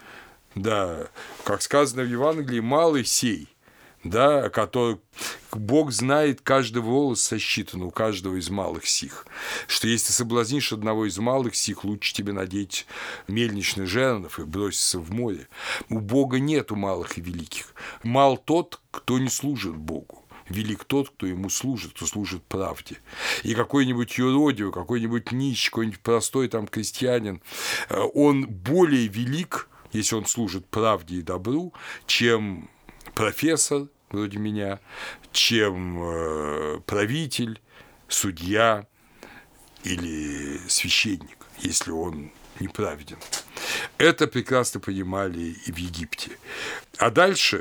Да, как сказано в Евангелии, малый сей, да, который Бог знает каждый волос сосчитан у каждого из малых сих, что если соблазнишь одного из малых сих, лучше тебе надеть мельничный жернов и броситься в море. У Бога нету малых и великих. Мал тот, кто не служит Богу. Велик тот, кто ему служит, кто служит правде. И какой-нибудь юродивый, какой-нибудь нищий, какой-нибудь простой там крестьянин, он более велик, если он служит правде и добру, чем профессор, вроде меня, чем правитель, судья или священник, если он неправеден. Это прекрасно понимали и в Египте. А дальше,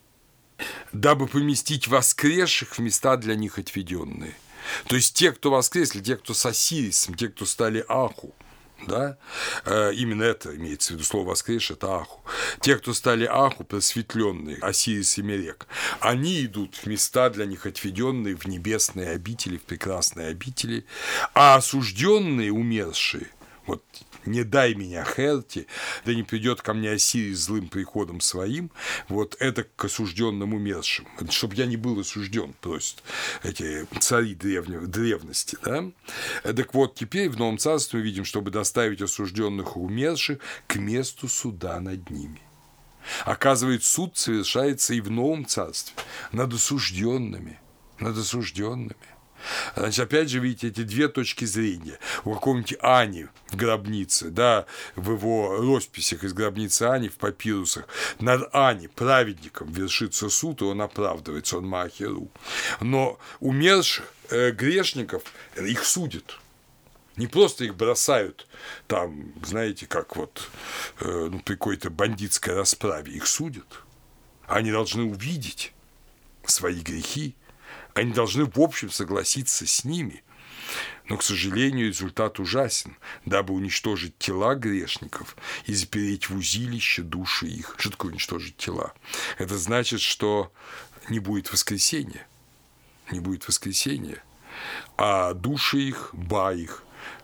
дабы поместить воскресших в места для них отведенные. То есть те, кто воскресли, те, кто с Осирисом, те, кто стали Аху, да? Именно это имеется в виду, слово воскресший – это Аху. Те, кто стали Аху, просветленные, Осирис и Мерек, они идут в места для них отведенные, в небесные обители, в прекрасные обители, а осужденные, умершие, вот не дай меня Херти, да не придет ко мне Осирис злым приходом своим, вот это к осужденным умершим, чтобы я не был осужден, просят эти цари древности. Да? Так вот, теперь в Новом Царстве мы видим, чтобы доставить осужденных и умерших к месту суда над ними. Оказывается, суд совершается и в Новом Царстве над осужденными, над осужденными. Значит, опять же, видите, эти две точки зрения. У какого-нибудь Ани в гробнице, да, в его росписях из гробницы Ани, в папирусах, над Ани, праведником, вершится суд, и он оправдывается, он Маахеру. Но умерших грешников их судят. Не просто их бросают там, знаете, как вот при какой-то бандитской расправе, их судят. Они должны увидеть свои грехи, они должны, в общем, согласиться с ними. Но, к сожалению, результат ужасен, дабы уничтожить тела грешников и запереть в узилище души их. Что такое уничтожить тела? Это значит, что не будет воскресения. Не будет воскресения. А души их, их,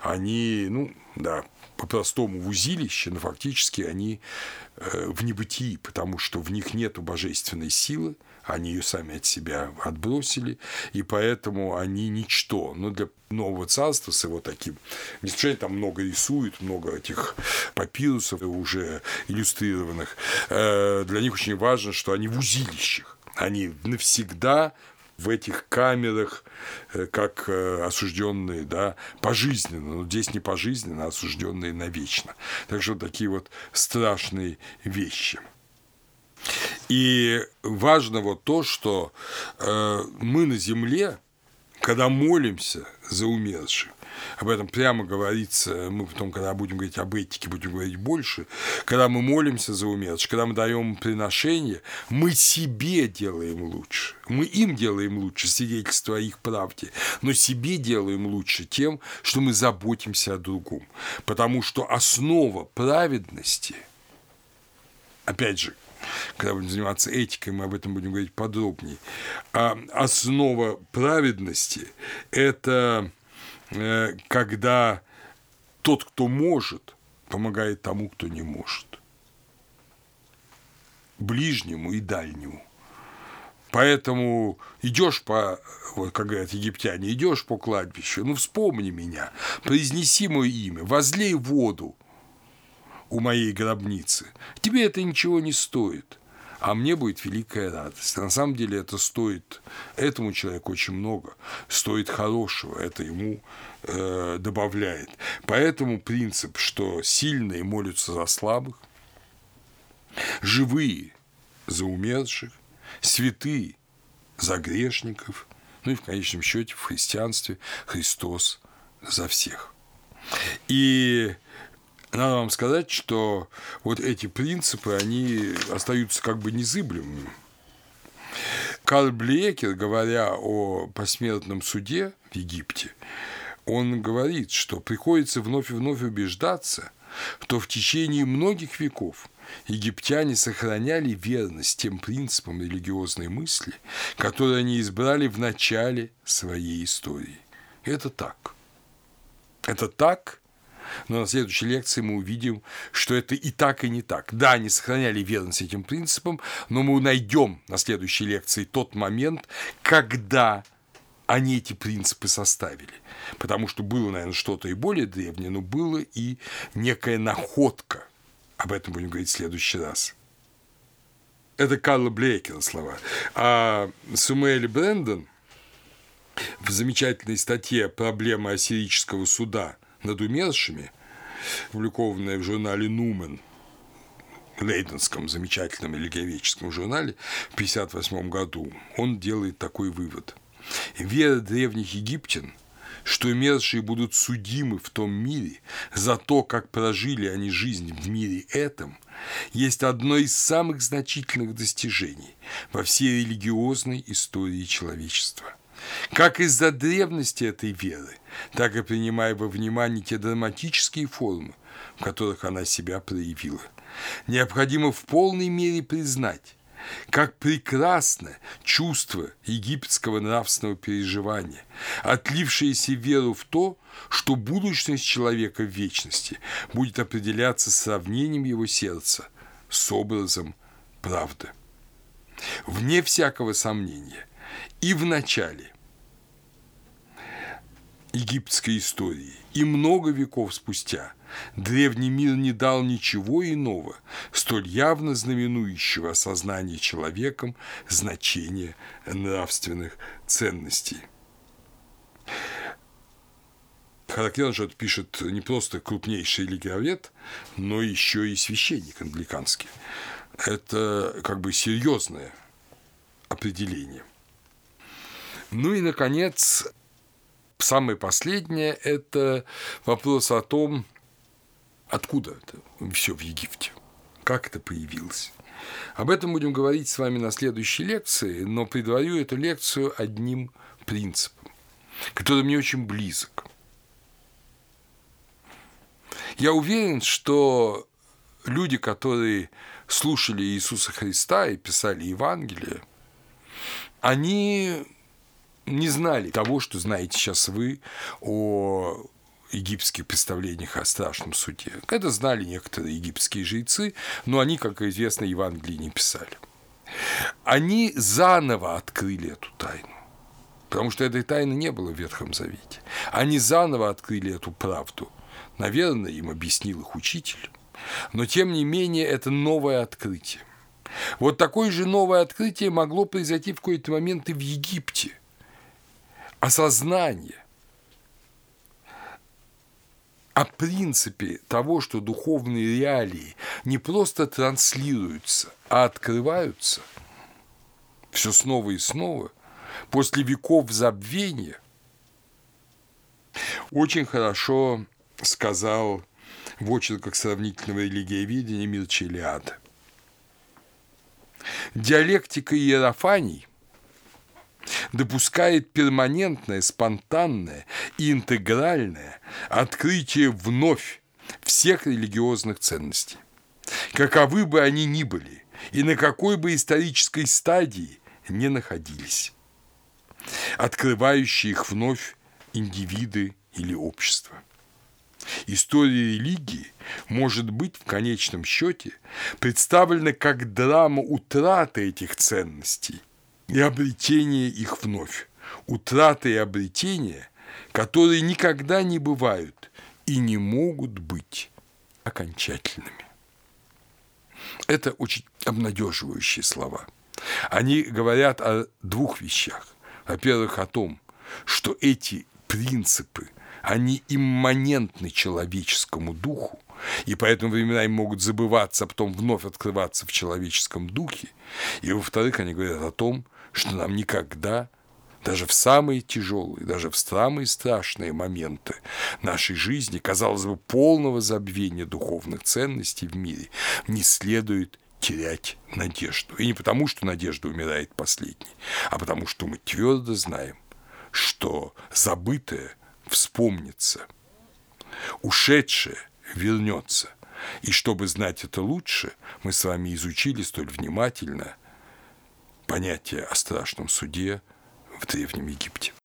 они, по-простому в узилище, но фактически они в небытии, потому что в них нет божественной силы, они ее сами от себя отбросили, и поэтому они ничто. Но для Нового Царства с его таким, не случайно там много рисуют, много этих папирусов уже иллюстрированных, для них очень важно, что они в узилищах, они навсегда в этих камерах, как осужденные, да, пожизненно, но здесь не пожизненно, а осужденные навечно. Так что такие вот страшные вещи. И важно вот то, что мы на земле, когда молимся за умерших, об этом прямо говорится, мы потом, когда будем говорить об этике, будем говорить больше, когда мы молимся за умерших, когда мы даем приношение, мы себе делаем лучше, мы им делаем лучше, свидетельство о их правде, но себе делаем лучше тем, что мы заботимся о другом, потому что основа праведности, опять же, когда будем заниматься этикой, мы об этом будем говорить подробнее, а основа праведности – это когда тот, кто может, помогает тому, кто не может, ближнему и дальнему. Поэтому идешь по, вот как говорят египтяне, идешь по кладбищу, ну вспомни меня, произнеси мое имя, возлей воду у моей гробницы. Тебе это ничего не стоит, а мне будет великая радость. На самом деле это стоит этому человеку очень много, стоит хорошего, это ему добавляет. Поэтому принцип, что сильные молятся за слабых, живые за умерших, святые за грешников, ну и в конечном счете в христианстве Христос за всех. И надо вам сказать, что вот эти принципы, они остаются как бы незыблемыми. Карл Блиекер, говоря о посмертном суде в Египте, он говорит, что приходится вновь и вновь убеждаться, что в течение многих веков египтяне сохраняли верность тем принципам религиозной мысли, которые они избрали в начале своей истории. Это так. Это так. Но на следующей лекции мы увидим, что это и так, и не так. Да, они сохраняли верность этим принципам, но мы найдем на следующей лекции тот момент, когда они эти принципы составили. Потому что было, наверное, что-то и более древнее, но было и некая находка. Об этом будем говорить в следующий раз. Это Карла Блейкера слова. А Самуэль Брэндон в замечательной статье «Проблема ассирийского суда над умершими», опубликованная в журнале «Нумен», лейденском замечательном религиоведческом журнале в 1958 году, он делает такой вывод. Вера древних египтян, что умершие будут судимы в том мире за то, как прожили они жизнь в мире этом, есть одно из самых значительных достижений во всей религиозной истории человечества. Как из-за древности этой веры, так и принимая во внимание те драматические формы, в которых она себя проявила, необходимо в полной мере признать, как прекрасно чувство египетского нравственного переживания, отлившееся веру в то, что будущность человека в вечности будет определяться сравнением его сердца с образом правды. Вне всякого сомнения, и в начале египетской истории, и много веков спустя древний мир не дал ничего иного, столь явно знаменующего осознание человеком значения нравственных ценностей. Характерно, что это пишет не просто крупнейший религиовед, но еще и священник англиканский. Это как бы серьезное определение. Ну и, наконец, самое последнее – это вопрос о том, откуда это все в Египте, как это появилось. Об этом будем говорить с вами на следующей лекции, но предварю эту лекцию одним принципом, который мне очень близок. Я уверен, что люди, которые слушали Иисуса Христа и писали Евангелие, они не знали того, что знаете сейчас вы о египетских представлениях о страшном суде. Это знали некоторые египетские жрецы, но они, как известно, Евангелие не писали. Они заново открыли эту тайну, потому что этой тайны не было в Ветхом Завете. Они заново открыли эту правду. Наверное, им объяснил их учитель, но, тем не менее, это новое открытие. Вот такое же новое открытие могло произойти в какой-то момент и в Египте. Осознание о принципе того, что духовные реалии не просто транслируются, а открываются все снова и снова, после веков забвения Очень хорошо сказал в очерках сравнительного религиоведения Мирча Элиада. Диалектика иерофаний допускает перманентное, спонтанное и интегральное открытие вновь всех религиозных ценностей, каковы бы они ни были и на какой бы исторической стадии не находились, открывающие их вновь индивиды или общество. История религии может быть в конечном счете представлена как драма утраты этих ценностей и обретения их вновь. Утраты и обретения, которые никогда не бывают и не могут быть окончательными. Это очень обнадеживающие слова. Они говорят о двух вещах. Во-первых, о том, что эти принципы, они имманентны человеческому духу, и поэтому временами могут забываться, а потом вновь открываться в человеческом духе. И, во-вторых, они говорят о том, что нам никогда, даже в самые тяжелые, даже в самые страшные моменты нашей жизни, казалось бы, полного забвения духовных ценностей в мире, не следует терять надежду. И не потому, что надежда умирает последней, а потому, что мы твердо знаем, что забытое вспомнится, ушедшее вернется. И чтобы знать это лучше, мы с вами изучили столь внимательно понятие о страшном суде в Древнем Египте.